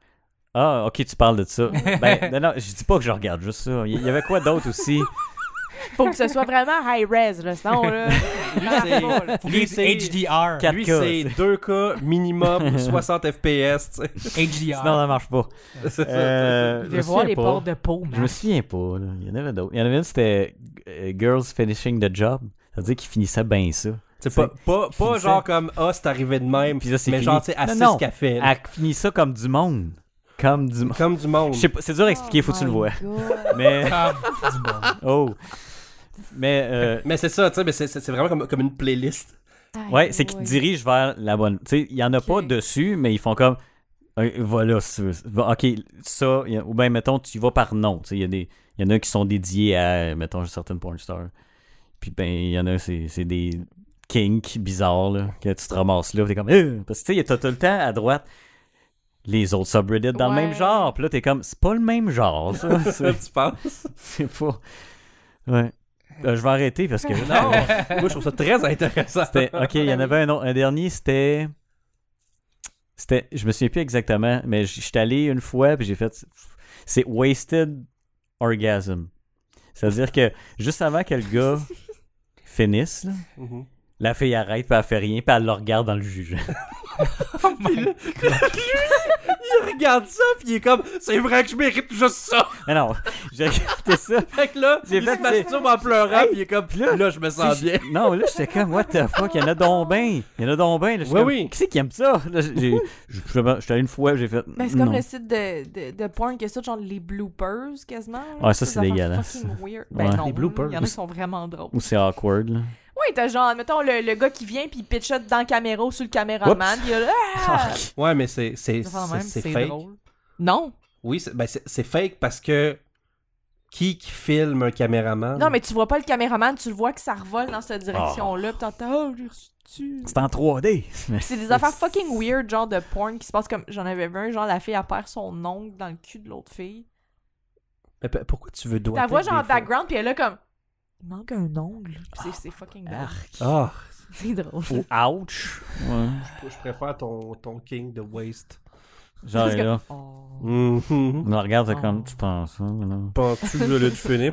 Ah, ok, tu parles de ça. Ben, non, je dis pas que je regarde juste ça. Il y avait quoi d'autre aussi? Faut que ce soit vraiment high-res, là. Sinon, là. c'est- Faut Lui, que c'est- HDR. 4K. Lui, c'est 2K minimum 60 FPS. Tu sais. HDR. Sinon, ça marche pas. C'est ça. Je Je me vais voir souviens les pas. ports de peau, Je me Marc. souviens pas. Là. Il y en avait d'autres. Il y en avait une, c'était Girls Finishing the Job. C'est-à-dire qu'ils finissaient bien ça. C'est pas finissait- genre comme ah, c'est arrivé de même. Puis là, c'est mais fini. genre, tu sais, à Non, 6 non. cafés. Elle finit ça comme du monde. Comme du monde. Comme du monde. Je sais pas, c'est dur à expliquer, faut que tu le vois. Mais. Comme du bon. Oh. Mais. Mais c'est ça, tu sais, mais c'est vraiment comme une playlist. Ouais, c'est qu'ils te dirigent vers la bonne. Tu sais, il y en a pas Ok. dessus, mais ils font comme. Voilà, si tu veux. Ok, ça. Ou bien, mettons, tu y vas par nom. Tu sais, il y en a qui sont dédiés à, mettons, certaines porn stars. Puis, ben, il y en a, c'est des kinks bizarres, là. Que tu te ramasses là, t'es comme. Parce que, tu sais, t'as tout le temps à droite les autres subreddits dans le Ouais. même genre. Puis là, t'es comme, c'est pas le même genre, ça. Tu penses? C'est pas. Ouais. Je vais arrêter parce que. Non. Moi, je trouve ça très intéressant. Ok, il y en avait un dernier, c'était. Je me souviens plus exactement, mais j'étais allé une fois, puis j'ai fait. C'est Wasted Orgasm. C'est-à-dire que juste avant que le gars finisse, là, Mhm. la fille arrête, puis elle fait rien, puis elle le regarde dans le jugement. Oh my God. Il regarde ça, puis il est comme, c'est vrai que je mérite juste ça. Mais non, j'ai regardé ça. Fait que là, J'ai il fait- se masturbe en pleurant, Hey, puis il est comme, là, là, je me sens bien. Non, là, j'étais comme, what the fuck, il y en a donc bien. Il y en a donc bien. Là, j'étais Oui, comme, oui. Qui c'est qui aime ça? Là, j'étais allé une fois, j'ai fait. Ben, c'est comme non. le site de porn que ça, genre les bloopers quasiment. là. Ouais, ça, Des c'est affaires dégueulasse. fucking weird. Ben Ouais. non, Les bloopers. il y en a qui sont vraiment drôles. Ou c'est awkward, là. Oui, t'as genre, mettons, le gars qui vient puis il pitch dans la caméra ou sur le caméraman. Puis il y a là, ah! Ouais, mais c'est Des affaires de même, c'est c'est fake. drôle. Non. Oui, c'est fake parce que qui filme un caméraman? Non, mais tu vois pas le caméraman, tu le vois que ça revole dans cette direction-là. Puis t'entends, oh, j'ai reçu. C'est en 3D. Mais C'est des affaires fucking weird, genre de porn qui se passe comme. J'en avais vu un, genre la fille, elle perd son ongle dans le cul de l'autre fille. Mais pourquoi tu veux doigter T'as vois genre en des fois? background, puis elle est là comme. Il manque un ongle. Puis c'est fucking drôle. Ah, C'est drôle. Ou ouch. Ouais. je préfère ton king de waste. Genre, Parce que- là, Mhm. on le regarde, c'est comme, tu penses, hein, là. Penses-tu que j'allais du film?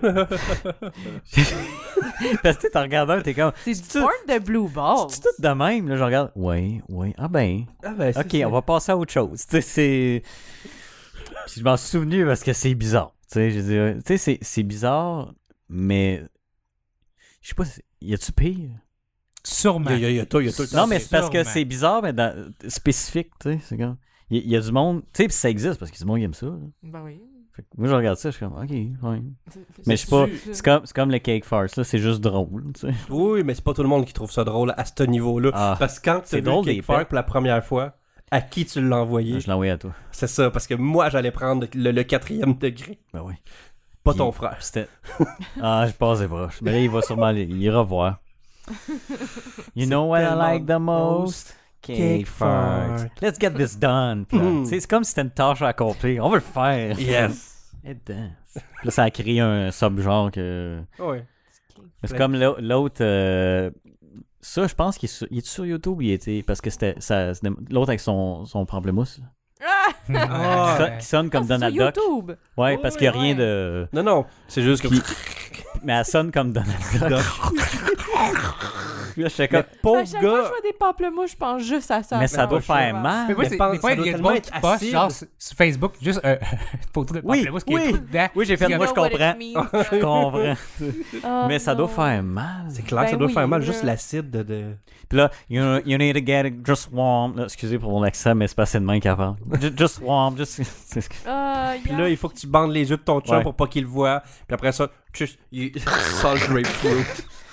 Parce que t'es en regardant, t'es comme, C'est du porn de Blue Balls. c'est tout de même, là, je regarde, oui, ah ben, Ah ben, c'est ok, ça. on va passer à autre chose. Tu sais, c'est. Puis je m'en suis souvenu parce que c'est bizarre. Tu sais, je veux dire, tu sais, c'est bizarre, mais. Je sais pas, y a-tu pire? Sûrement. Il y a tout le temps. Non, mais c'est parce que sûrement. c'est bizarre, mais spécifique, tu sais. C'est comme. Il y a du monde. Tu sais, puis ça existe parce qu'il y a du monde qui aime ça. Là. Ben oui. Fait que moi, je regarde ça, je suis comme, ok, ouais. C'est- Mais je sais pas. c'est- C'est comme le cake farce, là, c'est juste drôle, tu sais. Oui, mais c'est pas tout le monde qui trouve ça drôle à ce niveau-là. Ah, Parce que quand tu c'est as vu drôle Cake des Fark pets. pour la première fois, à qui tu l'as envoyé? je l'ai envoyé à toi. C'est ça, parce que moi, j'allais prendre le 4e degré. Ben oui. Pas Puis- ton frère. C'était. Ah, je passe les proches. Mais là, il va sûrement il ira voir. You know what I tellement like the most? Cake farts. Let's get this done. Puis là, Mm. tu sais, c'est comme si c'était une tâche à accomplir. On veut le faire. Yes. Et dedans. Puis là, ça a créé un subgenre que. Oui. C'est comme l'autre. Ça, je pense qu'il est sur YouTube. Il était. Parce que c'était l'autre avec son pamplemousse. Ah! Qui sonne comme Ah, c'est Donald sur Duck. YouTube. Ouais, Oui, parce qu'il n'y a rien ouais. de. Non, c'est juste que... Puis- Mais elle sonne comme Donald Duck. Puis là, j'étais Mais comme. pauvre À chaque fois que gars... je vois des pamplemousses, je pense juste à ça. Mais ça doit faire Mais mal. moi, Mais pense- des fois, ça il y doit a du tellement monde être qui poste, acide. genre, sur Facebook, juste une photo de Oui, pamplemousse qui oui. est tout dedans. Oui, j'ai fait. You Moi, je know what it comprends. means. Je comprends. Ah, Mais ça doit non. faire mal. C'est clair que ça Ben doit oui, faire mal, là. juste l'acide de... Puis là, you need to get it just warm. Là, excusez pour mon accent, mais c'est pas assez de main qu'à faire. Just warm, just. Ah, Puis yeah. là, il faut que tu bandes les yeux de ton chum Ouais. pour pas qu'il le voie. Puis après ça, juste... Salt grapefruit.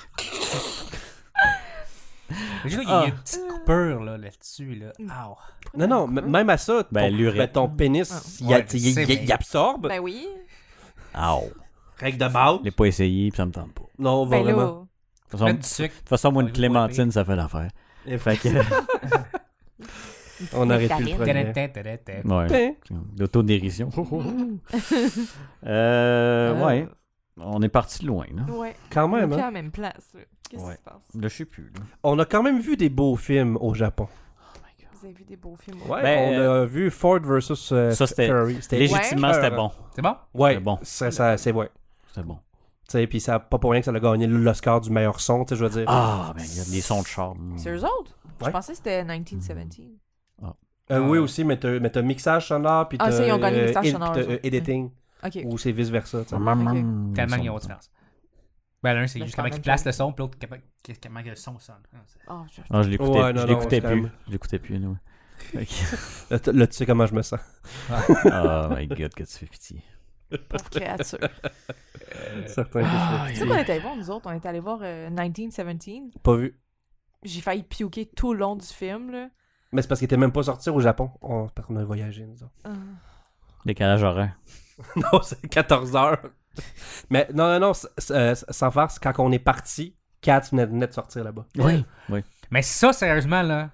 Juste qu'il y a une petite coupure là-dessus. Là. Ow. Non, même à ça, Ben, ton, l'urètre. ton pénis, Ah. Ouais, je sais, mais- il absorbe. Ben oui. Ow. Règle de base. Je l'ai pas essayé, puis ça me tente pas. Non, Ben vraiment. là. De toute façon, Mettre du sucre. moi, une Ouais, clémentine, ça fait l'affaire. Fait que. On aurait pu le Nectarine. prendre. Ouais. L'autodérision. Ouais. On est parti de loin, là. Ouais. Quand On est même, plus à hein. la même place. là. Qu'est-ce Ouais. qui se passe? Là, je sais plus, là. On a quand même vu des beaux films au Japon. Vous avez vu des beaux films? Ouais, Ben, on a vu Ford versus ça, c'était- Ferrari. Légitimement, Ouais. c'était bon. C'est bon? Ouais, C'était bon. c'est ouais. C'était bon. Tu sais, puis ça pas pour rien que ça a gagné l'Oscar du meilleur son, tu sais, je veux dire. Ah, ben, il y a des sons de char. C'est eux autres? Je Ouais. pensais que c'était 1917. Oui, aussi, mais t'as mixage sonore, puis Ah, t'as ça, ils ont gagné mixage sonore, t'as, eux autres. editing, Ok. ou c'est vice-versa, tu sais. Tellement qu'il y a autre différence. Ben, l'un, c'est Ben, juste c'est la comment même il place chose. le son, puis l'autre, comment le son sonne. Ah, c'est- Ah, Ah, je l'écoutais Ouais, non, je l'écoutais non, plus. c'est Je l'écoutais plus, anyway. Fait que- Là, tu sais comment je me sens. Oh my god, que tu fais pitié. pauvre créature. Certain que Tu sais qu'on était allés voir, nous autres? On était allés voir 1917. pas vu. J'ai failli piouquer tout le long du film, là. Mais c'est parce qu'il était même pas sorti au Japon. Parce qu'on a voyagé, nous autres. Ah. Décalage horaire. Non, c'est 14 heures. Mais non, sans farce, quand on est parti, Cats venait de sortir là-bas. Oui. Mais ça, sérieusement, là.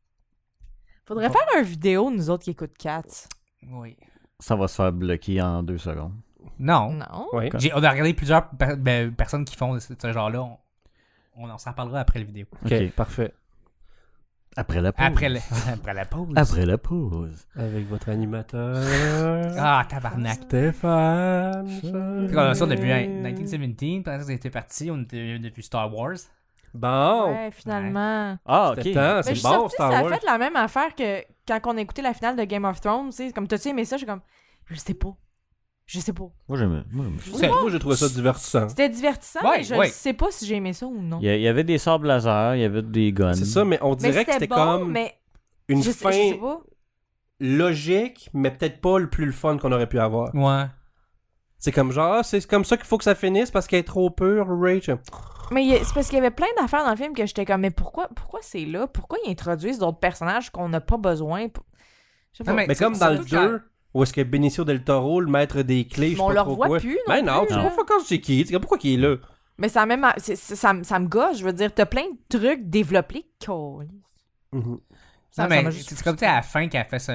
Faudrait faire une vidéo, nous autres, qui écoutent Cats. Oui. Ça va se faire bloquer en 2 secondes. Non. Non. Oui. On a regardé plusieurs personnes qui font ce genre-là. On s'en parlera après la vidéo. Ok, parfait. Après la pause. Après la pause. Après la pause. Avec votre animateur. Ah, tabarnak. Stéphane. On a ça depuis 1917, puis après ça, c'était parti, on était depuis Star Wars. Bon. Ouais, finalement. Ah, ok. C'était temps, Mais c'est je suis bon, sortie, Star ça a Wars. fait la même affaire que quand on a écouté la finale de Game of Thrones. Tu sais, comme, t'as-tu aimé ça? Je suis comme, je sais pas. Je sais pas. Moi, j'aimais. Moi, j'ai trouvé ça divertissant. C'était divertissant, Ouais, mais je ouais. sais pas si j'ai aimé ça ou non. Il y avait des sabres laser, il y avait des guns. C'est ça, mais on Mais dirait que c'était bon, comme mais une je fin sais pas. logique, mais peut-être pas le plus le fun qu'on aurait pu avoir. Ouais. C'est comme genre, c'est comme ça qu'il faut que ça finisse parce qu'elle est trop pure, Rachel. Mais c'est parce qu'il y avait plein d'affaires dans le film que j'étais comme, mais pourquoi c'est là? Pourquoi ils introduisent d'autres personnages qu'on n'a pas besoin? Je sais pas. Non, Mais comme dans le 2, où est-ce que Benicio del Toro, le maître des clés, je sais on pas le trop revoit quoi. plus, Mais non, plus, tu sais là. pas quand c'est qui. Tu sais pourquoi il est là. Mais ça, même, ça me gosse. Je veux dire, t'as plein de trucs développés. Cool. Mhm. Non, mais m'a juste c'est comme tu sais, à la fin qu'elle fait ce.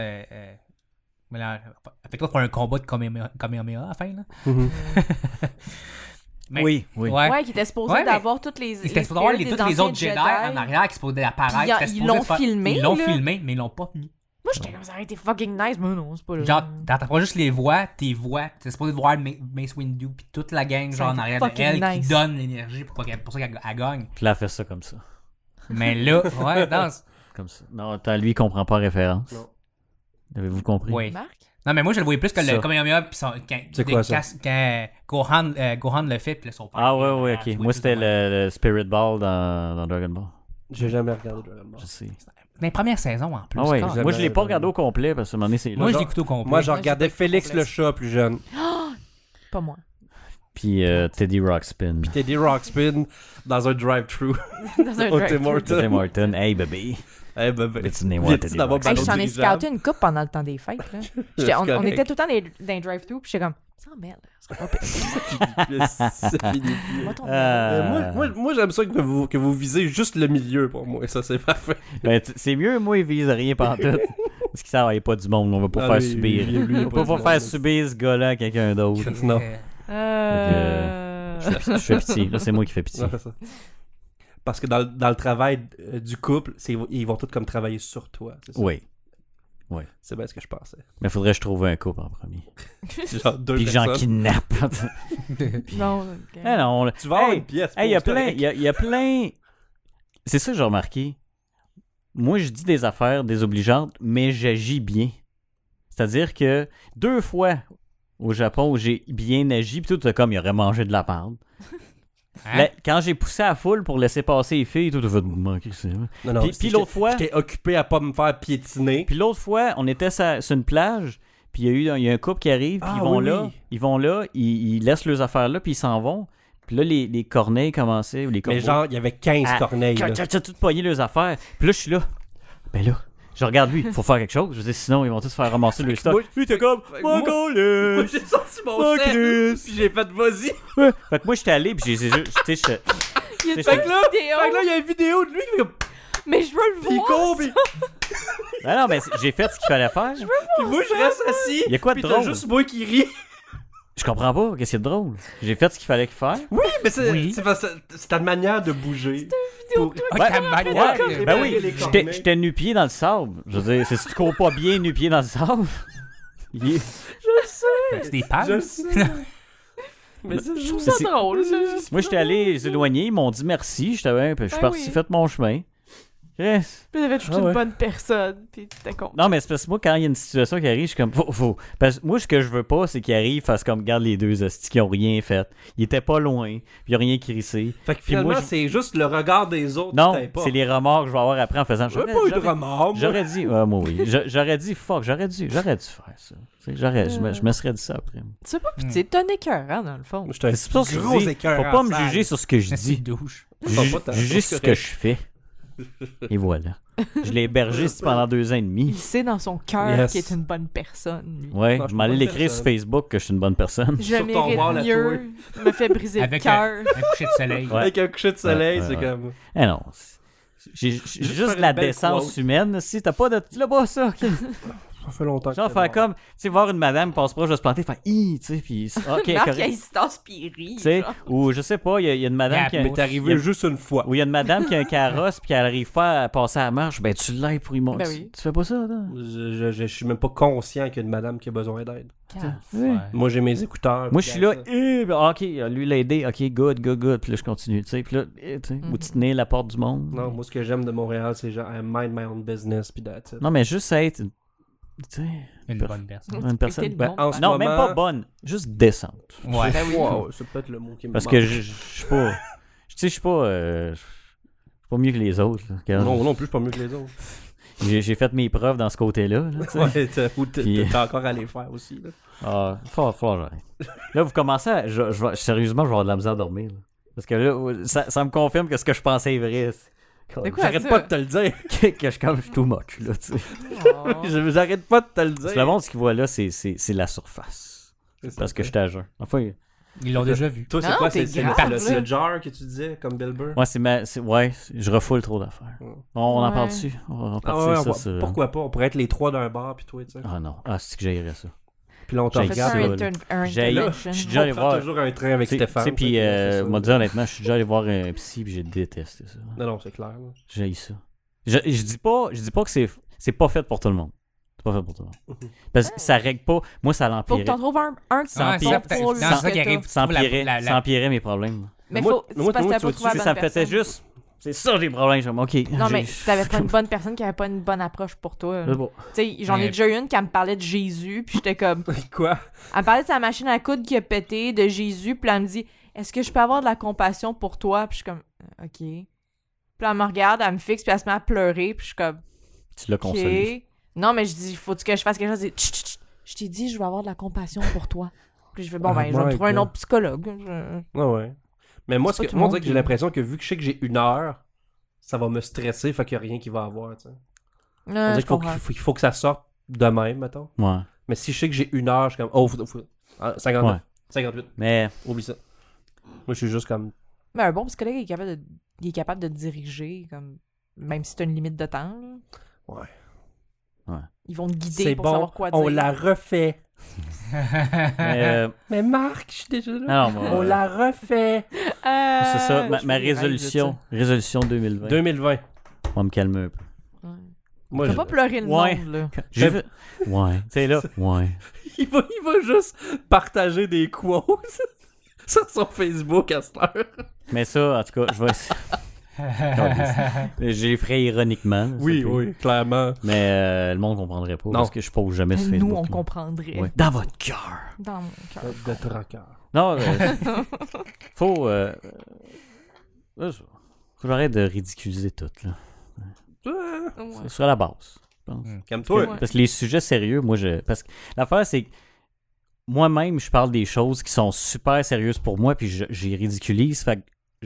Fait que là, pour un combat de Kamehameha à la fin, là. Mhm. Mais- Oui. Ouais. Ouais, qui était supposé Ouais, mais d'avoir toutes les. Il était supposé avoir des tous les anciens autres Jedi en arrière qui se posaient apparaître. Puis C'était ils supposé l'ont faire- filmé, Ils l'ont là. filmé, mais ils l'ont pas mis. Moi, j'étais comme ça aurait été fucking nice, mais non, c'est pas là. Genre, t'entends pas juste les voix, tes voix. T'es supposé de voir Mace Windu pis toute la gang, genre, en arrière de elle, nice. qui donne l'énergie pour ça qu'elle gagne. Puis là, elle fait ça comme ça. Mais là, ouais, danse. Comme ça. Non, lui, il comprend pas référence. Non. Avez-vous compris? Oui. Marc? Non, mais moi, je le voyais plus que Ça. le Kamehameha pis C'est quoi ça? quand Gohan le fait pis là, son père. Ah ouais, ok. Moi, c'était le Spirit Ball dans Dragon Ball. J'ai jamais regardé Dragon Ball. Je sais. Dans les premières saisons, en plus. Ah ouais, quand moi, je l'ai pas regardé au complet parce que à un moment donné, c'est Moi, là. je l'écoute au complet. Moi, je Moi, regardais j'ai pas Félix complet. le chat plus jeune. Pas moi. Puis Teddy Ruxpin. Teddy Ruxpin dans un drive-thru. Dans un Au drive-thru. Tim Hortons. Tim Horton. Hey, bébé. Eh ben, It's name viens-tu what Teddy d'avoir Ruxpin. Hey, ballon j'en ai dirigeable? scouté une coupe pendant le temps des fêtes. Là. On correct. était tout le temps dans les drive-thru, puis j'étais comme, ça merde, ce serait pas pire. C'est fini. Va ton Moi, j'aime ça que vous visez juste le milieu pour moi. Ça, c'est parfait. Ben, c'est mieux, moi, ils visent rien pantoute. Parce qu'ils savent qu'il n'y a pas du monde. On va pas Ah, faire lui, subir. lui, il y a On pas va du pas monde. faire subir ce gars-là à quelqu'un d'autre. Non. Je fais pitié. Là, c'est moi qui fais pitié. Ouais, c'est ça. Parce que dans le travail du couple, ils vont tous comme travailler sur toi. C'est ça? Oui. C'est bien ce que je pensais. Mais faudrait que je trouve un couple en premier. Genre deux Puis que j'en personnes. kidnappe. Non, ok. Ah non, Tu vas avoir hey, une pièce. hey, il y a c'est plein. correct. Il y a plein. C'est ça que j'ai remarqué. Moi, je dis des affaires désobligeantes, mais j'agis bien. C'est-à-dire que 2 fois au Japon où j'ai bien agi, puis tout, comme il aurait mangé de la pâte. Hein? Quand j'ai poussé à foule pour laisser passer les filles, tout a fait manquer ça. Non, non, Puis l'autre fois, j'étais occupé à pas me faire piétiner. puis l'autre fois, on était sur une plage, puis il y a un couple qui arrive, puis Ah, ils vont oui, là, oui. ils laissent leurs affaires là, puis ils s'en vont. Puis là, les corneilles commençaient, ou les Mais corbeaux, genre, il y avait 15 Ah, corneilles. là. tout pogné leurs affaires. Puis là, je suis là. Ben là, je regarde lui, il faut faire quelque chose. Je veux dire, sinon, ils vont tous se faire ramasser le stock. Moi, Lui, t'es comme, moi- mon Moi, j'ai sorti mon Oh, sel, Chris. puis j'ai fait vas-y. Fait que moi, j'étais allé, puis j'ai juste, tu sais, Il y a C'est une ça. Fait que là, vidéo, il y a une vidéo de lui qui fait comme, mais je veux le puis il voir. court, puis ben non, mais j'ai fait ce qu'il fallait faire. puis moi, je reste assis. Il y a quoi de puis t'as drôle? juste moi qui ris. Je comprends pas, qu'est-ce qu'il y a de drôle? J'ai fait ce qu'il fallait faire. Oui, mais c'est Oui. c'est ta manière de bouger. Vidéo Pour- Ah, ta manière. Ouais. Ben oui, les corneilles. j'étais nu-pied dans le sable. Je veux dire, si tu cours pas bien nu-pied dans le sable, il est- C'est des pattes. Je sais. Mais c'est Je trouve juste... ça drôle. Moi, j'étais allé les éloigner, ils m'ont dit merci, j'étais bien, puis je suis Ben parti, oui. fait mon chemin. Yes. Puis j'avais toute Ah ouais. une bonne personne, puis t'étais con. Non, mais c'est parce que moi, quand il y a une situation qui arrive, je suis comme, faut. Parce que moi, ce que je veux pas, c'est qu'il arrive, fasse comme, regarde les deux hosties qui ont rien fait. Ils étaient pas loin, puis il a rien crissé. Fait que Puis finalement, moi, je- c'est juste le regard des autres Non, qui t'importe. c'est les remords que je vais avoir après en faisant. J'aurais pas eu de remords, moi. J'aurais dit, moi oui. J'aurais dit, fuck, j'aurais dû faire ça. Tu sais, je me serais dit ça après. Tu sais pas, pis tu es un écœurant, dans le fond. Je suis un C'est pour ça que je gros dis, écœur faut pas en me salle. juger sur ce que je C'est dis. une douche. Pas tant, Juger c'est ce que correct. je fais. Et voilà. Je l'ai hébergé pendant 2 ans et demi. Il sait dans son cœur Yes. qu'il est une bonne personne, lui. Ouais, Non, je je m'allais peux pas l'écrire faire sur ça. Facebook que je suis une bonne personne. Je Sur ton mérite wall à mieux, me fait briser le Avec cœur. un coucher de soleil. Ouais. Avec un coucher de soleil, Ouais, c'est ouais. comme... Eh non. J'ai Juste juste faire la une belle décence quote. humaine. Si t'as pas de. Tu l'as pas ça. ok. Ça fait longtemps Genre que faire comme. Tu sais, voir une madame passe proche de se planter, faire hi, tu sais, puis. Ok, Marc, correct. il se tasse pis il rit. Tu sais, genre. ou je sais pas, il y a une madame qui a. Mais t'es arrivé il y a- juste une fois. Ou il y a une madame qui a un carrosse puis qu'elle arrive pas à passer à la marche, ben tu l'aides pour y monter. Ben oui. Tu fais pas ça, là? Je suis même pas conscient qu'il y a une madame qui a besoin d'aide. Ouais. Moi, j'ai mes écouteurs. Moi, puis je suis là, ça. ben, ok, lui l'a aidé, ok, good. Puis là, je continue, tu sais. Puis là, tu sais, ou tu tenais la porte du monde. Non, moi, ce que j'aime de Montréal, c'est genre, I mind my own business, puis that's it. Non, mais juste être, tu sais, Une bonne personne. une personne. Respecter le ben, monde, en ce non, moment- même pas bonne, juste décente. Ouais. Ben oui. Wow, c'est peut-être le mot qui me Parce manque. que je suis pas. Tu sais, je suis pas. Je suis pas mieux que les autres. Là. Quand Non plus, je suis pas mieux que les autres. j'ai fait mes preuves dans ce côté-là. Là, tu sais. Ouais, ou Puis- t'es encore à les faire aussi, là. Ah, faut j'arrête. Là, vous commencez à. Sérieusement, je vais avoir de la misère à dormir. Là. Parce que là, ça me confirme que ce que je pensais est vrai. De quoi J'arrête ça? pas de te le dire. Que je comme je suis too much. Là, tu sais. Oh. J'arrête pas de te le Parce dire. que le monde, ce qu'il voit là, c'est la surface. Parce que j'étais à jeun. Enfin, Ils l'ont déjà vu. Toi, c'est Non, quoi? t'es C'est grave, le là. jar que tu disais, comme Bill Burr? ouais, je refoule trop d'affaires. Ouais. On en Ouais. parle dessus. On va en Ah partir ouais, ça on va- sur- pourquoi pas? On pourrait être les trois d'un bar, puis toi, tu sais. Ah non. Ah, c'est que j'aillerais ça. Puis là, on te J'ai Fais ça, ça regarde. là. un J'ai- intervention. je suis déjà On allé prend voir. toujours un train avec Tu sais, Stéphane. puis, fait que moi, dire honnêtement, je suis déjà allé voir un psy, puis j'ai détesté ça. Non, c'est clair. là. J'ai ça. Je dis pas que c'est pas fait pour tout le monde. C'est pas fait pour toi. Parce que ça règle pas. Moi, ça Faut que l'empirait. t'en trouves un qui Ça s'empire pour c'est ça qui arrive. Ça empirait mes problèmes. Mais Moi, faut, c'est moi, parce que moi, t'avais pas tu trouvé la Si bonne ça me faisait personne. juste... C'est ça, les problèmes. Je suis comme, OK. Non, mais t'avais pas une bonne personne qui avait pas une bonne approche pour toi. C'est bon. Tu sais, j'en ai Mais- déjà eu une qui me parlait de Jésus, puis j'étais comme... Quoi? Elle me parlait de sa machine à coudre qui a pété, de Jésus, puis elle me dit « Est-ce que je peux avoir de la compassion pour toi? » Puis je suis comme « OK. » Puis elle me regarde, elle me fixe, puis elle se met à pleurer, puis je suis comme Tu l'as « consolé. OK. » Non, mais je dis « Faut-tu que je fasse quelque chose? » Elle dit Chut, chut, chut. Je t'ai dit, je vais avoir de la compassion pour toi. Puis je fais « Bon, ben, je vais me trouver un autre psychologue. Ouais. Mais moi, C'est pas tout le moi on monde dirait que j'ai qui- l'impression que vu que je sais que j'ai 1 heure, ça va me stresser, fait qu'il n'y a rien qui va avoir, tu sais. » On dirait Je qu'il faut, comprends. qu'il faut que ça sorte demain, mettons. Ouais. Mais si je sais que j'ai 1 heure, je suis comme, oh, 59, Ouais. 58, Mais oublie ça. Moi, je suis juste comme, Mais un bon psychologue il est capable de te diriger, comme même si t'as une limite de temps. Là. ouais. Ils vont te guider C'est pour bon, savoir quoi dire. on la refait. mais, Mais Marc, je suis déjà là. non, moi, On la refait. c'est ça, moi, je ma fais des rêves de résolution 2020. 2020. On va me calmer un peu. ça. Ouais. Moi, Faut je- pas pleurer le Ouais. monde, là. J'ai fait... Ouais. Tu sais, là, ouais. il va juste partager des quotes sur son Facebook à cette heure. Mais ça, en tout cas, je vais essayer. Je les ferais ironiquement. là, ça peut. clairement. Mais le monde comprendrait pas. Non. Parce que je pose jamais sur Facebook. Nous, on là. comprendrait. Ouais. Dans votre cœur. Dans mon cœur. De traqueur. Non, faut. Faut que j'arrête de ridiculiser tout, là. Ouais. C'est sur la base. Je pense. Calme-toi. Ouais. Parce que les sujets sérieux, moi, parce que l'affaire, c'est que moi-même, je parle des choses qui sont super sérieuses pour moi, puis j'y ridiculise. Fait que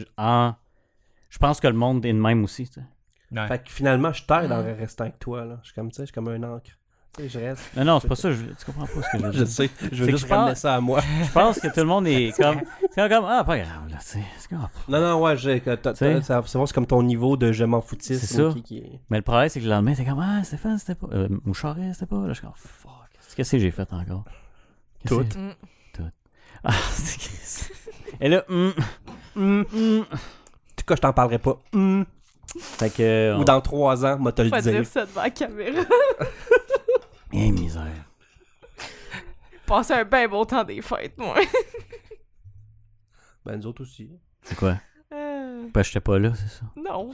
je pense que le monde est de même aussi. Tu sais. Ouais. Fait que finalement, je t'aide en restant avec toi, là. Je suis comme, tu sais, je suis comme un encre. Tu sais, je reste. Non, c'est pas ça. Tu comprends pas ce que je veux dire. Je sais. Je veux C'est que juste je ramener pense- ça à moi. Je pense que tout le monde est comme. C'est comme, ah, pas grave, là, tu sais. C'est comme- Non, ouais, sais. c'est comme ton niveau de je m'en foutisme. C'est ça. Qui est... Mais le problème, c'est que le lendemain, c'est comme, ah, Stéphane, c'était pas. Moucharret, c'était pas. Là, je suis comme, fuck. Qu'est-ce que j'ai fait encore? Qu'est-ce Tout. que- Mm. Ah, c'est Chris. Et là, En tout cas, je t'en parlerai pas. Fait que. Ou dans 3 ans, moi te le Pas dire. dire ça devant la caméra. Eh, misère. Passer un bien beau temps des fêtes, moi. Ben, nous autres aussi. C'est quoi? Ben, j'étais pas là, c'est ça. Non.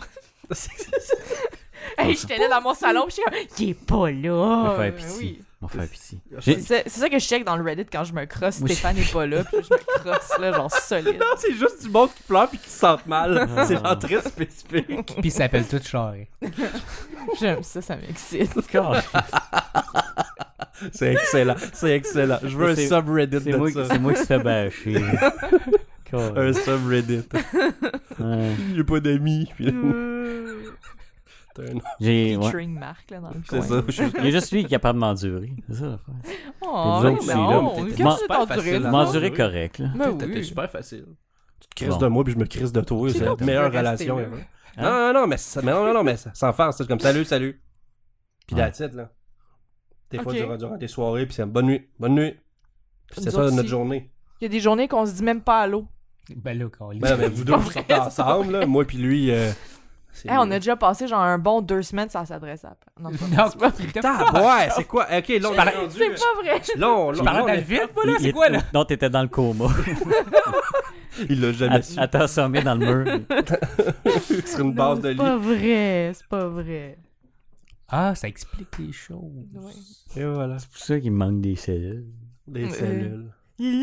Hey, j'étais là dans mon salon, pis j'étais comme, il est pas là. Va faire pitié. Oui. On va faire pitié. C'est ça que je check dans le Reddit quand je me crosse. Moi, Stéphane est pas là, puis je me crosse là, genre solide. Non, c'est juste du monde qui pleure puis qui se sent mal. C'est genre très spécifique. Puis il s'appelle tout Charest. J'aime ça, ça m'excite. C'est excellent. C'est excellent. Je veux un C'est- subreddit C'est de moi, ça. c'est moi qui se fait bâcher. Un subreddit. Ouais. J'ai pas d'amis. Puis là, t'as un- J'ai. Ouais. Featuring Marc là dans le C'est coin. ça. Je Il y a juste lui qui est capable de m'endurer. C'est ça l'affaire. Oh, Vous mais autres aussi, non, là, mais t'es- qu'est-ce que super t'as facile enduré, à ça? M'endurer oui. correct, là. Ben T'es oui. super facile. Tu te crises Bon. de moi puis je me crisse de toi. C'est C'est long la qu'on meilleure peut rester relation là. ever. Hein? Non, mais sans faire. C'est comme salut. Puis Ouais. that's it, là. Des fois, Ok. durant des soirées, puis c'est bonne nuit. Puis c'est Nous ça autres notre aussi. journée. Il y a des journées qu'on se dit même pas allô. Ben là, quand Ben, mais vous deux, vous sortez ensemble, là. Moi puis lui. C'est- Hey, on a déjà passé genre un bon 2 semaines sans s'adresser à Non, c'est pas Non, vrai. Ouais, c'est quoi? Ok, là, on est rendu. C'est pas vrai. Là, on Je parlais on dans est- le vide, moi, là, Il c'est est- quoi, là? Non, t'étais dans le coma. Il l'a jamais su. À t'assommer dans le mur. Sur une base de C'est lit. pas vrai, c'est pas vrai. Ah, ça explique les choses. Ouais. Et voilà. C'est pour ça qu'il me manque des cellules. Des cellules.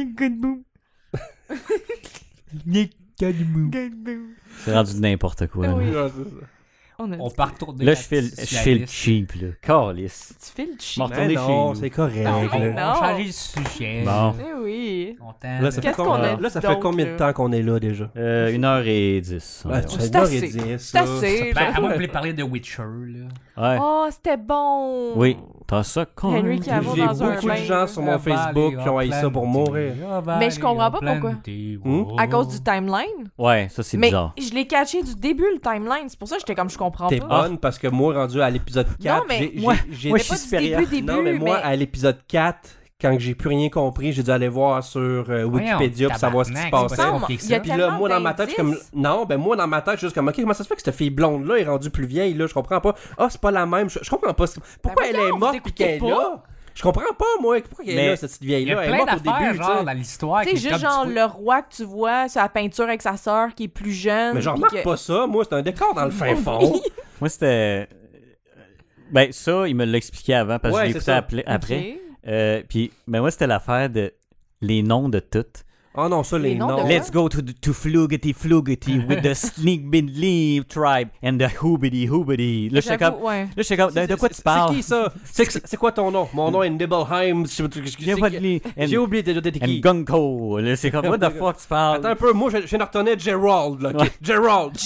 C'est rendu n'importe quoi. là. Oui. Ouais, c'est ça. On part retourner Là, la je file socialiste. cheap, là. Calice. Tu fais le cheat. Bon. Retournez Ben chez non, nous. c'est correct. Non, là. on Non. va changer le sujet. Bon. Eh oui. Longtemps. Là, ça fait Qu'est-ce qu'on combien, a là, ça dit fait d'autre, combien de là? temps qu'on est là déjà? 1h10. Ah, tu fais C'est 1h10, assez. ça. C'est assez. Ben, là. à moins que vous voulez parler de Witcher, là. Ouais. Oh, c'était bon. Oui. T'as ça, con. Henry Cavill J'ai dans un beaucoup de bain, gens là. sur mon Facebook qui ont haï ça pour mourir. Mais je comprends pas pourquoi. À cause du timeline. Ouais, ça, c'est Mais bizarre. je l'ai catché du début, le timeline. C'est pour ça que j'étais comme, je comprends T'es pas. bonne parce que moi, rendu à l'épisode 4, Non, mais j'ai- moi- j'ai- moi, Mais je pas suis du supérieur. début, Non, mais moi, à l'épisode 4, quand j'ai plus rien compris, j'ai dû aller voir sur Wikipédia pour savoir ce qui se passait. Puis là, moi dans ma tête, je suis comme non, ben moi dans ma tête, je suis juste comme OK, comment ça se fait que cette fille blonde là est rendue plus vieille là, je comprends pas. Ah, c'est pas la même, je comprends pas pourquoi elle est morte puis qu'elle est là. Je comprends pas, moi, pourquoi elle est là, cette petite vieille-là. Elle est morte au début, genre, dans l'histoire. Tu sais, juste genre le roi que tu vois sur la peinture avec sa sœur qui est plus jeune. Mais je remarque pas ça, moi, c'est un décor dans le fin fond. Moi, c'était... Ben, ça, il me l'a expliqué avant, parce que je l'ai écouté après. Puis, ben moi, c'était l'affaire de les noms de toutes. Oh non, ça, les noms. Let's go to Flugity with the Sneakbindley tribe and the Hoobity. Là, je sais comme, de quoi tu parles? C'est qui ça? C'est quoi ton nom? Mon nom est Nibelheim. J'ai oublié de qui. And Gunko. Là, c'est comme, what the fuck tu parles? Attends un peu, moi, je viens de retenir Gerald. Là, okay? Gerald.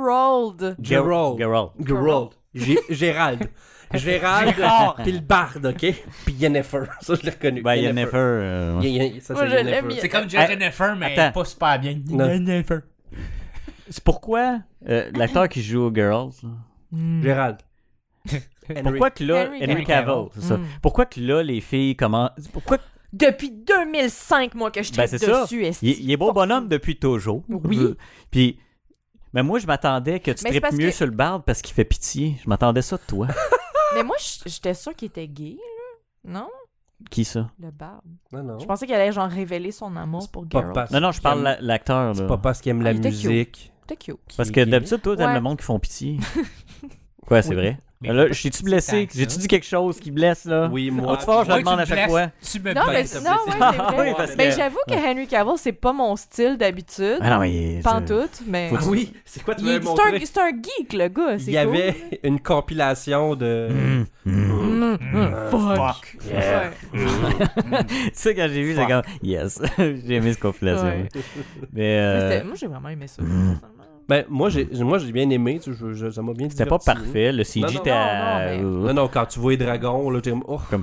Gérald, puis le barde, OK? Puis Yennefer. Ça, je l'ai reconnu. Ben, Yennefer. C'est comme Jennifer, mais pas super bien. Yennefer. C'est pourquoi l'acteur qui joue Girls... Gérald. Pourquoi que là... Henry Cavill, c'est ça. Pourquoi que là, les filles commencent... Pourquoi... Depuis 2005, moi, que je traite dessus. Il est beau bonhomme depuis toujours. Oui. Puis... Mais moi, je m'attendais que tu tripes mieux sur le barde parce qu'il fait pitié. Je m'attendais ça de toi. Mais moi, j'étais sûre qu'il était gay, là. Non? Qui ça? Le barbe. Non. Je pensais qu'il allait genre révéler son amour pour Geralt. Non, je parle de l'acteur. C'est pas parce qu'il aime la musique. C'était cute. Parce que d'habitude, toi, t'aimes le monde qui font pitié. Quoi, c'est vrai? Là, je t'ai-tu blessé? J'ai-tu dit quelque chose qui blesse, là? Oui, moi. Tu je le demande à chaque fois. Tu me blesses. C'est vrai. Mais j'avoue que Henry Cavill, c'est pas mon style d'habitude. Ah non, mais... Pantoute, mais... Oui, c'est quoi tu veux montrer? C'est un geek, le gars, c'est cool. Il y avait une compilation de... Fuck. Yeah. Tu sais, quand j'ai vu, j'ai comme... Yes. J'ai aimé cette compilation. Mais... Moi, j'ai vraiment aimé ça. Ben, moi, j'ai bien aimé. Ça m'a bien diverti. C'était pas parfait. Le CG était à... Non, quand tu vois les dragons, là, t'es comme...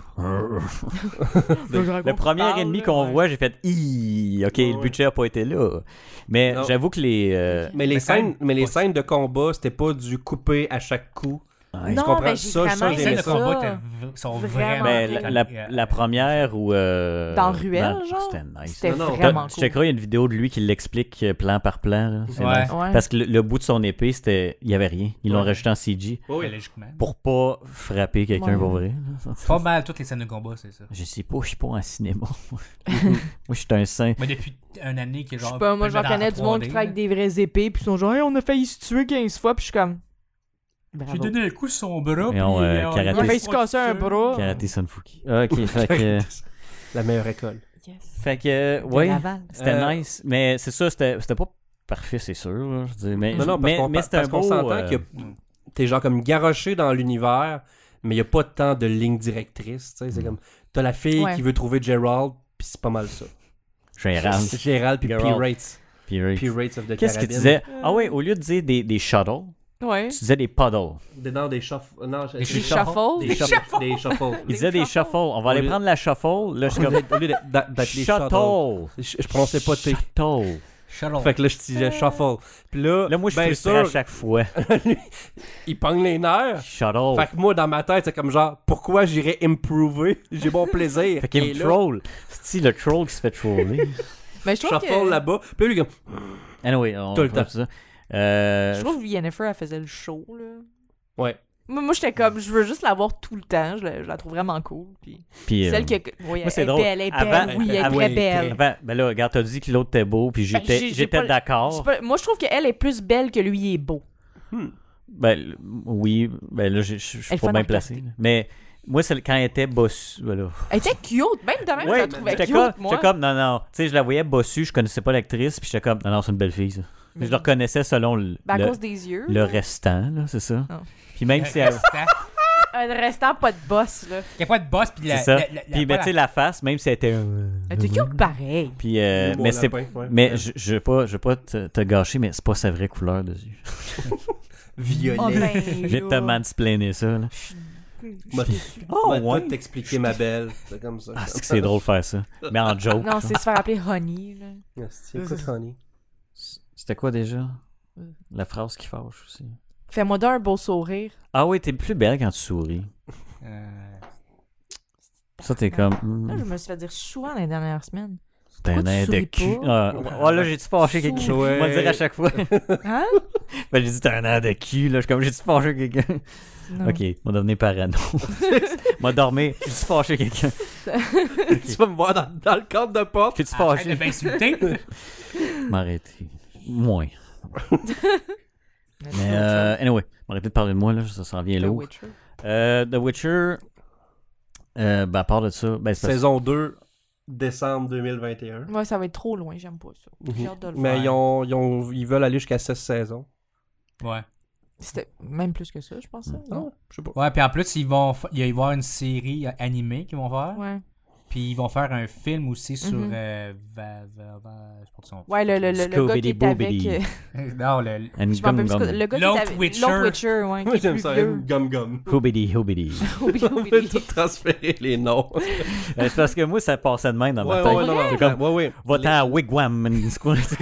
Le premier ennemi qu'on voit, j'ai fait... OK, le budget a pas été là. Mais j'avoue que les... Mais les scènes de combat, c'était pas du coupé à chaque coup. Ouais. Non, mais j'ai vraiment les scènes de combat sont vraiment... La première où... dans Ruelle, genre? C'était nice. C'était vraiment cool. Je crois qu'il y a une vidéo de lui qui l'explique plan par plan. Là. C'est nice. Parce que le bout de son épée, il y avait rien. Ils l'ont rajouté en CG. Oui, logiquement. Pour pas frapper quelqu'un pour vrai. Pas mal toutes les scènes de combat, c'est ça. Je sais pas, je suis pas en cinéma. Moi, je suis un saint. Mais depuis une année que genre... Je sais pas, moi, j'en connais du monde qui travaille avec des vraies épées, puis ils sont genre, hey, on a failli se tuer 15 fois, puis je suis comme... J'ai donné un coup sur son bras, puis il a failli se casser un bras. Karaté Sunfuki. Ok, fait que... La meilleure école. Yes. Fait que, ouais, c'était nice. Mais c'est ça, c'était pas parfait, c'est sûr. Là, je dis, mais parce qu'on s'entend que t'es genre comme garoché dans l'univers, mais il n'y a pas tant de ligne directrice. C'est comme, t'as la fille qui veut trouver Gerald, puis c'est pas mal ça. Gerald puis Pirates. Pirates of the Caribbean. Qu'est-ce que tu disais? Ah ouais, au lieu de dire des shuttles, tu disais des puddles. Des shuffles. Non, des shuffles. Des shuffles. Il disait des shuffles. On va aller prendre la shuffle. Là, je suis comme... Au lieu d'appeler shuttle. Je prononçais pas T. Shuttle. Fait que là, je disais shuffle. Puis là, moi, je suis frustré à chaque fois. Il pogne les nerfs. Shuttle. Fait que moi, dans ma tête, c'est comme genre, pourquoi j'irais improver? J'ai bon plaisir. Fait qu'il me troll. C'est le troll qui se fait troller. Mais je trouve shuffle là-bas. Puis lui, comme... Anyway, tout le temps. Ça. Je trouve que Yennefer, elle faisait le show, là. Ouais. Moi, j'étais comme, je veux juste la voir tout le temps. Je la trouve vraiment cool. Puis celle qui... Oui, elle est belle, elle est belle. Oui, elle est très belle. Ben là, regarde, t'as dit que l'autre était beau, puis j'étais d'accord. Moi, je trouve qu'elle est plus belle que lui est beau. Ben, oui. Ben là, je suis pas bien placé. Mais... Moi, c'est quand elle était bossue. Voilà. Elle était cute. Même de même, je la trouvais cute, moi. J'étais comme, non. Tu sais, je la voyais bossue, je connaissais pas l'actrice, puis j'étais comme, non, c'est une belle fille, ça. Mais je le reconnaissais selon à cause des yeux. Le restant, là, c'est ça. Oh. Puis même si elle... Un restant, pas de boss, là. Il n'y a pas de boss, puis c'est ça. Puis, tu sais, la face, même si elle était... Elle était cute pareil. Puis, mais c'est... Mais je vais pas te gâcher, mais c'est pas sa vraie couleur de yeux. Violet. Je vais te mansplainer ça, là. Ouais. T'expliquer ma belle. C'est comme ça. Ah, c'est drôle de faire ça. Mais en joke. Non, c'est se faire appeler Honey, là. C'est quoi Honey? C'était quoi déjà? La phrase qui fâche aussi. Fais-moi d'un beau sourire. Ah oui, t'es plus belle quand tu souris. Ça, t'es comme... Là, je me suis fait dire souvent dans les dernières semaines. T'es un air de cul. Ah, là, j'ai-tu fâché quelqu'un? Ouais. On va le dire à chaque fois. Hein? Ben, j'ai dit, t'es un air de cul, là. Je suis comme, j'ai-tu fâché quelqu'un? Non. Ok, on va devenir parano. M'a dormi, j'ai-tu fâché quelqu'un? Tu vas me voir dans le cadre de porte. J'ai-tu Arrête fâché? de m'insulter. M'arrêter. Moins. Mais Mais, anyway, m'arrêter de parler de moi, là. Ça s'en vient The lourd. Witcher. The Witcher, ben, à part de ça, ben, c'est parce- Saison 2, décembre 2021. Ouais, ça va être trop loin, j'aime pas ça. J'ai hâte de le Mais voir. ils veulent aller jusqu'à 16 saisons. Ouais. C'était même plus que ça, je pense. Non? Je sais pas. Ouais, puis en plus, il va y avoir une série animée qu'ils vont faire. Ouais. Puis ils vont faire un film aussi sur. Mhm. Je porte son. Ouais, le gars qui est Scooby-Doo-Boobity. avec... Non, le. And Je m'en rappelle gum plus gum. le gars qui L'autre est avec... Witcher. L'autre Witcher, ouais, Moi, qui est j'aime plus ça, vieux. gum. Hoobity, hoobity. On peut tout transférer les noms. C'est parce que moi, ça passait de même dans ma Ouais, tête. ouais, non, non. C'est comme, Ouais. va-t'en à Wigwam. C'est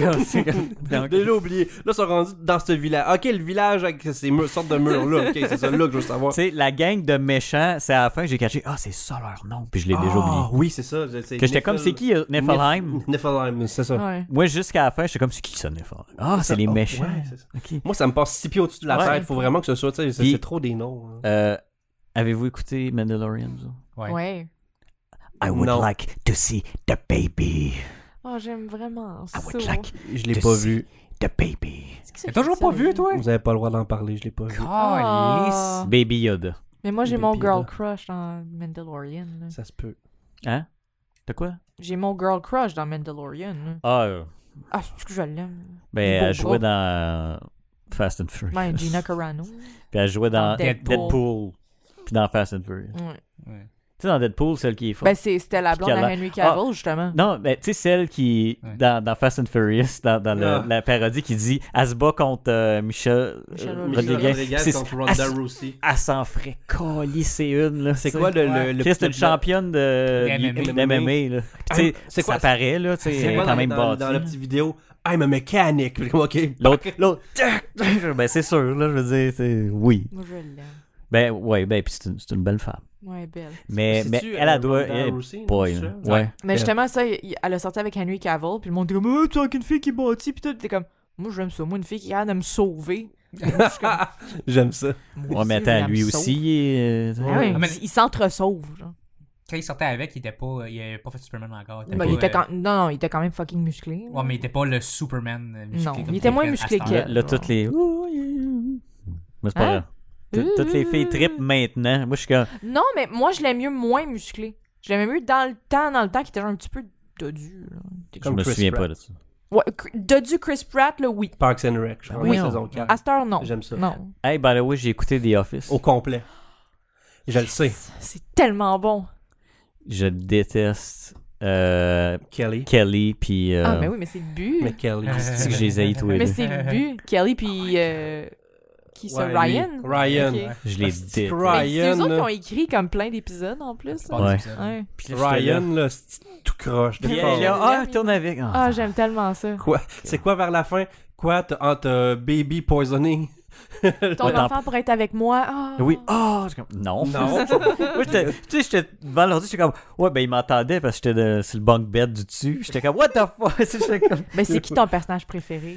comme... Déjà oublié. Là, ils sont rendus dans ce village. Ok, le village avec ces sortes de murs-là. Ok, c'est ça là que je veux savoir. Tu sais, la gang de méchants, c'est à la fin que j'ai catché. Ah, c'est ça leur nom. Puis je l'ai déjà oublié. Oui, c'est ça. Que j'étais comme, c'est qui Niflheim? Niflheim, c'est ça. Ouais. Moi, jusqu'à la fin, j'étais comme, c'est qui ça, Niflheim? Ah, c'est les méchants. Ouais, c'est ça. Ok. Moi, ça me passe 6 pieds au-dessus de la Ouais. tête. Faut vraiment que ce soit, tu sais, Puis- c'est trop des noms. Hein. Avez-vous écouté Mandalorian? Vous? Ouais. Ouais. I would Non. like to see the baby. Oh, j'aime vraiment ça. I would like Je l'ai to pas see vu. the baby. C'est qui ça T'as qui toujours dit pas ça, vu, là? toi? Vous avez pas le droit d'en parler, je l'ai pas vu. Calice. Baby Yoda. Mais moi, j'ai Baby mon girl Yoda. crush dans Mandalorian. là. Ça se peut. Hein? T'as quoi? J'ai mon girl crush dans Mandalorian. là. Ah, Ah, c'est que je l'aime. ben, Les beaux elle jouait bras. dans Fast and Furious. Ouais, Gina Carano. Puis elle jouait dans Dans Deadpool. Deadpool. Puis dans Fast and Furious. Ouais. Ouais. Tu sais, dans Deadpool, celle qui est forte. Ben, c'était la blonde Puis à qu'elle a- Henry Cavill, justement. Non, ben, tu sais, celle qui, Ouais. dans Fast and Furious, dans Ah. la parodie, qui dit elle se bat contre Michel Rodriguez. C'est- contre Ronda elle- Rousey. Elle s'en ferait calisser une, là. C'est tu sais. quoi le Chris, c'est une championne de MMA. là. Puis, tu sais, C'est quoi ça paraît, là, tu sais, C'est elle est quoi quand même dans bâtie. la petite vidéo? I'm a mechanic. Puis, ok. L'autre, ben c'est sûr, là, je veux dire, c'est oui. Moi, je l'aime. Ben, ouais, ben, puis c'est une belle femme. Ouais, belle. Mais C'est-tu, elle doit. Ronda elle- Rousey, boy, c'est là. ça? Ouais. Mais justement, ça, elle a sorti avec Henry Cavill, puis le monde était comme, oh, tu as une fille qui est bâtie, puis tout. Puis t'es comme, moi, j'aime ça. Moi, une fille qui est capable de me sauver. Moi, je suis comme, J'aime ça. moi Ouais, mais aussi, attends, elle lui me aussi, sauve. il est. Ah ouais, Ah, mais- il s'entre-sauve, genre. Quand il sortait avec, il avait pas fait Superman encore. Ben, il était non, il était quand même fucking musclé. Ouais, mais il était pas le Superman musclé. Non, comme il était moins à musclé cette qu'elle. heure. Là, toutes les. Mais c'est pas Hein? grave. Toutes les filles trippent maintenant. Moi, je suis comme. Non, mais moi, je l'aime mieux moins musclé. Je l'aimais mieux dans le temps, qui était genre un petit peu dodu. Là. Je Comme me Chris souviens Pratt. pas de ça. Ouais, dodu Chris Pratt, là, oui. Parks and Rec. Je Ah crois, oui, saison on- 4. À cette heure, non. J'aime ça. Non. Hey, by the way, j'ai écouté The Office. Au complet. Je le sais. C'est tellement bon. Je déteste Kelly. Kelly, puis. Ah, mais oui, mais c'est le but. Mais Kelly. C'est que je les haïs tous les Mais deux. c'est le but. Kelly, puis. Qui ça? Ouais, Ryan? lui. Ryan. Ok. Je les C'est déteste. Ryan. Mais c'est eux autres là. qui ont écrit comme plein d'épisodes en plus. Pas hein. Ouais. d'épisode. Ouais. Puis là, j'étais là. Ryan, là, c'est tout croche. de Puis fort. elle est là, ah, tourne avec. Ah, j'aime tellement ça. Quoi? C'est quoi vers la fin? Quoi? T'as baby poisoning? Ton Ouais, enfant pourrait être avec moi. Ah. Oui, ah, je suis comme, non. Non. Moi, tu sais, j'étais devant l'ordi, j'étais comme, ouais, ben, il m'entendait parce que j'étais sur le bunk bed du dessus. J'étais comme, what the fuck? J'étais comme, Mais c'est qui ton personnage préféré?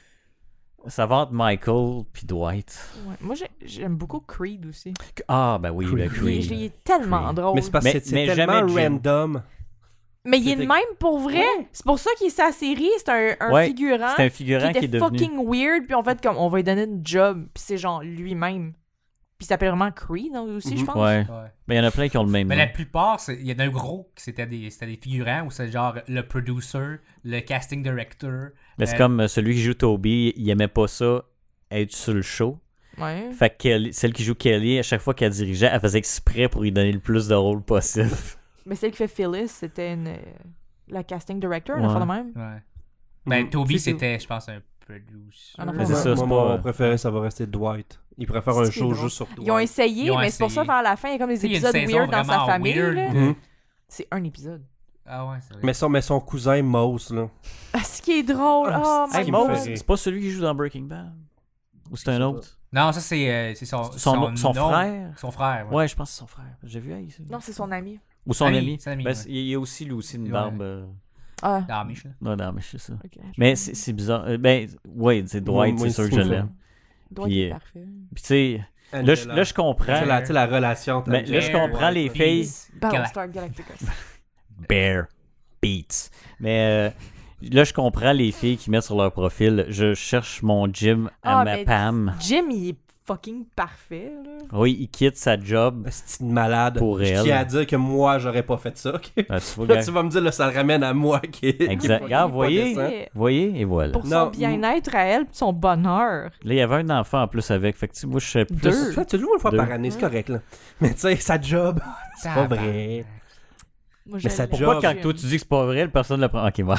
ça va entre Michael puis Dwight. Ouais. Moi, j'aime beaucoup Creed aussi. Ah, ben oui, ben, Creed. Creed. Il est tellement Creed. drôle. Mais c'est parce Mais- que c'est mais tellement jamais Jim. random. Mais il est C'était- de même pour vrai. Ouais. C'est pour ça qu'il est sa série. C'est un Ouais, figurant C'est un qui figurant qui était est devenu. fucking weird. Puis en fait, comme on va lui donner une job. Puis c'est genre lui-même. Puis il s'appelle vraiment Creed hein, aussi, je Mhm. pense. Ouais. Ouais. Ben, il y en a plein qui ont le même Mais nom. la plupart, il y en a un gros qui c'était des figurants où c'est genre le producer, le casting director. Mais c'est comme celui qui joue Toby, il aimait pas ça, être sur le show. Ouais. Fait que celle qui joue Kelly, à chaque fois qu'elle dirigeait, elle faisait exprès pour lui donner le plus de rôles possible. Mais celle qui fait Phyllis, c'était la casting director, Ouais. une affaire de même. Ouais. Ben, Mhm. Toby, C'est tout. c'était, je pense, un producer. Ah non, Mais c'est ça, c'est Moi, pas- mon préféré, ça va rester Dwight. Il préfère C'est un ce qui est show drôle. juste sur Dwight. Ils ont essayé, Ils ont mais c'est pour ça, essayé. vers la fin, il y a comme des Il y a une épisodes saison weird dans sa vraiment famille. weird. là. Mhm. C'est un épisode. Ah ouais, c'est vrai. Mais son cousin Mouse, là. Ah, ce qui est drôle. Ah, Oh c'est my ce qui god. me Mose, fait rire. c'est pas celui qui joue dans Breaking Bad? Ou c'est un autre? Non, ça, c'est son Son nom- frère? Son frère, ouais. Ouais, je pense que c'est son frère. J'ai vu, hey, c'est... Non, c'est son ami. Ou son ami. Son ami, Ben, ouais. il y a aussi, lui aussi, une barbe. Ah, Dans la miche, là. Non, non, mais c'est ça. ok. Mais c'est bizarre. Ben, ouais, c'est Dwight, Moi, c'est sûr que c'est je ça. l'aime. Doit Puis, être parfait. Puis, tu sais, là, je comprends. Tu sais, la relation. entre Mais Angela là, je comprends et les Dwight, filles. Battlestar Galactica. Bear Beats. Mais là, je comprends les filles qui mettent sur leur profil. Je cherche mon Jim à Ah, ma mais Pam. Jim, il est fucking parfait, là. Oui, il quitte sa job. C'est une malade. Pour Je elle. tiens à dire que moi, j'aurais pas fait ça. ok? Ah, tu vois, Là, gars. tu vas me dire, là, ça le ramène à moi qui est. Exact. qui est Regarde, pas voyez. décent. Voyez, et voilà. Pour Non, son bien-être à elle, puis son bonheur. Là, il y avait un enfant en plus avec. Fait que, tu sais, moi, je sais plus. Deux. Tu vois, tu le joues une fois Deux. par année, c'est correct, là. Mais tu sais, sa job, c'est pas vrai. Moi, Mais ça l'aime, Pourquoi job. quand toi, tu dis que c'est pas vrai, le personne le prend. Ok, ouais.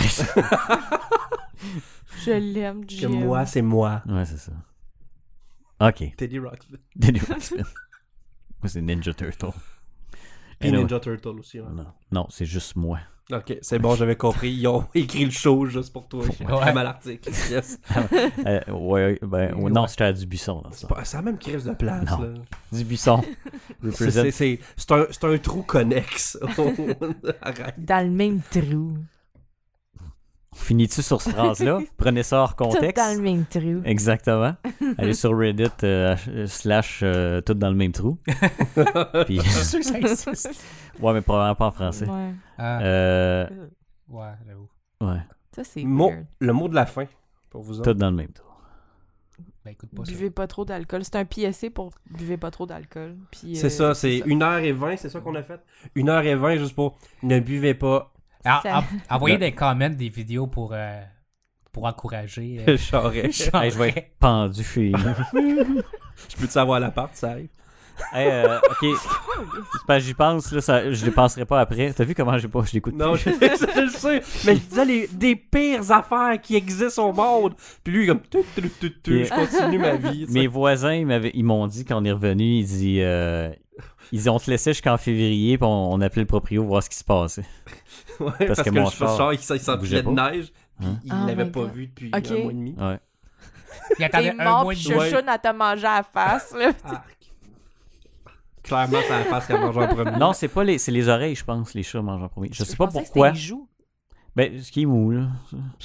Je l'aime, Que Jim. moi, c'est moi. Ouais, c'est ça. Ok. Teddy Ruxpin. Danny Ruxpin. Moi, c'est Ninja Turtle. Puis Anyway. Ninja Turtle aussi. Ouais. Non, c'est juste moi. Ok, c'est bon, j'avais compris. Ils ont écrit le show juste pour toi. Comme à l'article. Yes. Ouais, ben, non, c'était à Dubuisson. Dans ça. C'est la même crise de place. Non. Là. Dubuisson. Represent. C'est un trou connexe. Arrête. Dans le même trou. On finit-tu sur cette phrase-là? Prenez ça hors Tout contexte. dans le même trou. Exactement. Allez sur Reddit / tout dans le même trou. Puis, Je suis sûr que ça existe. ouais, mais probablement pas en français. Ouais. Ouais, j'avoue. Ouais, Ça, c'est Mot- weird. Le mot de la fin pour vous tout autres. dans le même trou. Ben écoute pas ça. Buvez pas trop d'alcool. C'est un PSC pour buvez pas trop d'alcool. Puis, C'est ça, c'est 1h20, c'est ça qu'on a fait. 1h20 juste pour ne buvez pas. Envoyez des comments, des vidéos pour encourager. Charest. Hey, je vais être pendu chez nous. Je peux-tu savoir l'appart, ça arrive? Hey, ok. C'est parce que j'y pense, là, je les penserai pas après. T'as vu comment je l'écoute? Non, je le sais. Mais je disais des pires affaires qui existent au monde. Puis lui, comme, je continue ma vie. tu sais. Mes voisins, ils m'ont dit quand on est revenu, ils ont te laissé jusqu'en février, puis on appelait le proprio voir ce qui se passait. Ouais, parce que mon le char, il s'enfilait bougeait de neige. Puis Hein? il Oh l'avait my pas God. vu depuis Ok. un mois et demi. Ouais. Il attendait T'es un mort mois pis et demi. Chouchoune, elle t'a mangé à la face, là. Arc. Clairement, c'est la face qu'elle mange en premier. Non, c'est pas c'est les oreilles, je pense, les chats mangent en premier. Je sais pas pensais que pourquoi. c'était les joues. Ben, ce qui est mou, là.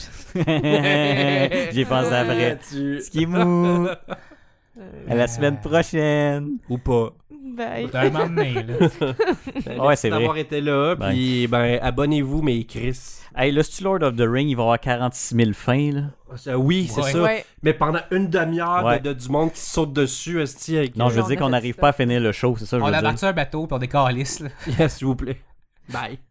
J'ai pensé après. Ce qui est mou. À la semaine prochaine. Ou pas. Bye. D'un moment donné, là. Ouais, c'est d'avoir vrai. été là. Ben. Puis, ben, abonnez-vous, mais Chris. Hey, là, c'est Lord of the Ring, il va y avoir 46 000 fins, là. Oui, c'est Ouais. ça. Ouais. Mais pendant une demi-heure Ouais. du monde qui saute dessus, esti, avec... Non, je veux on dire a qu'on fait n'arrive ça. pas à finir le show, c'est ça que je On veux a dire. parti un bateau puis on décalisse, là. Yes, s'il vous plaît. Bye.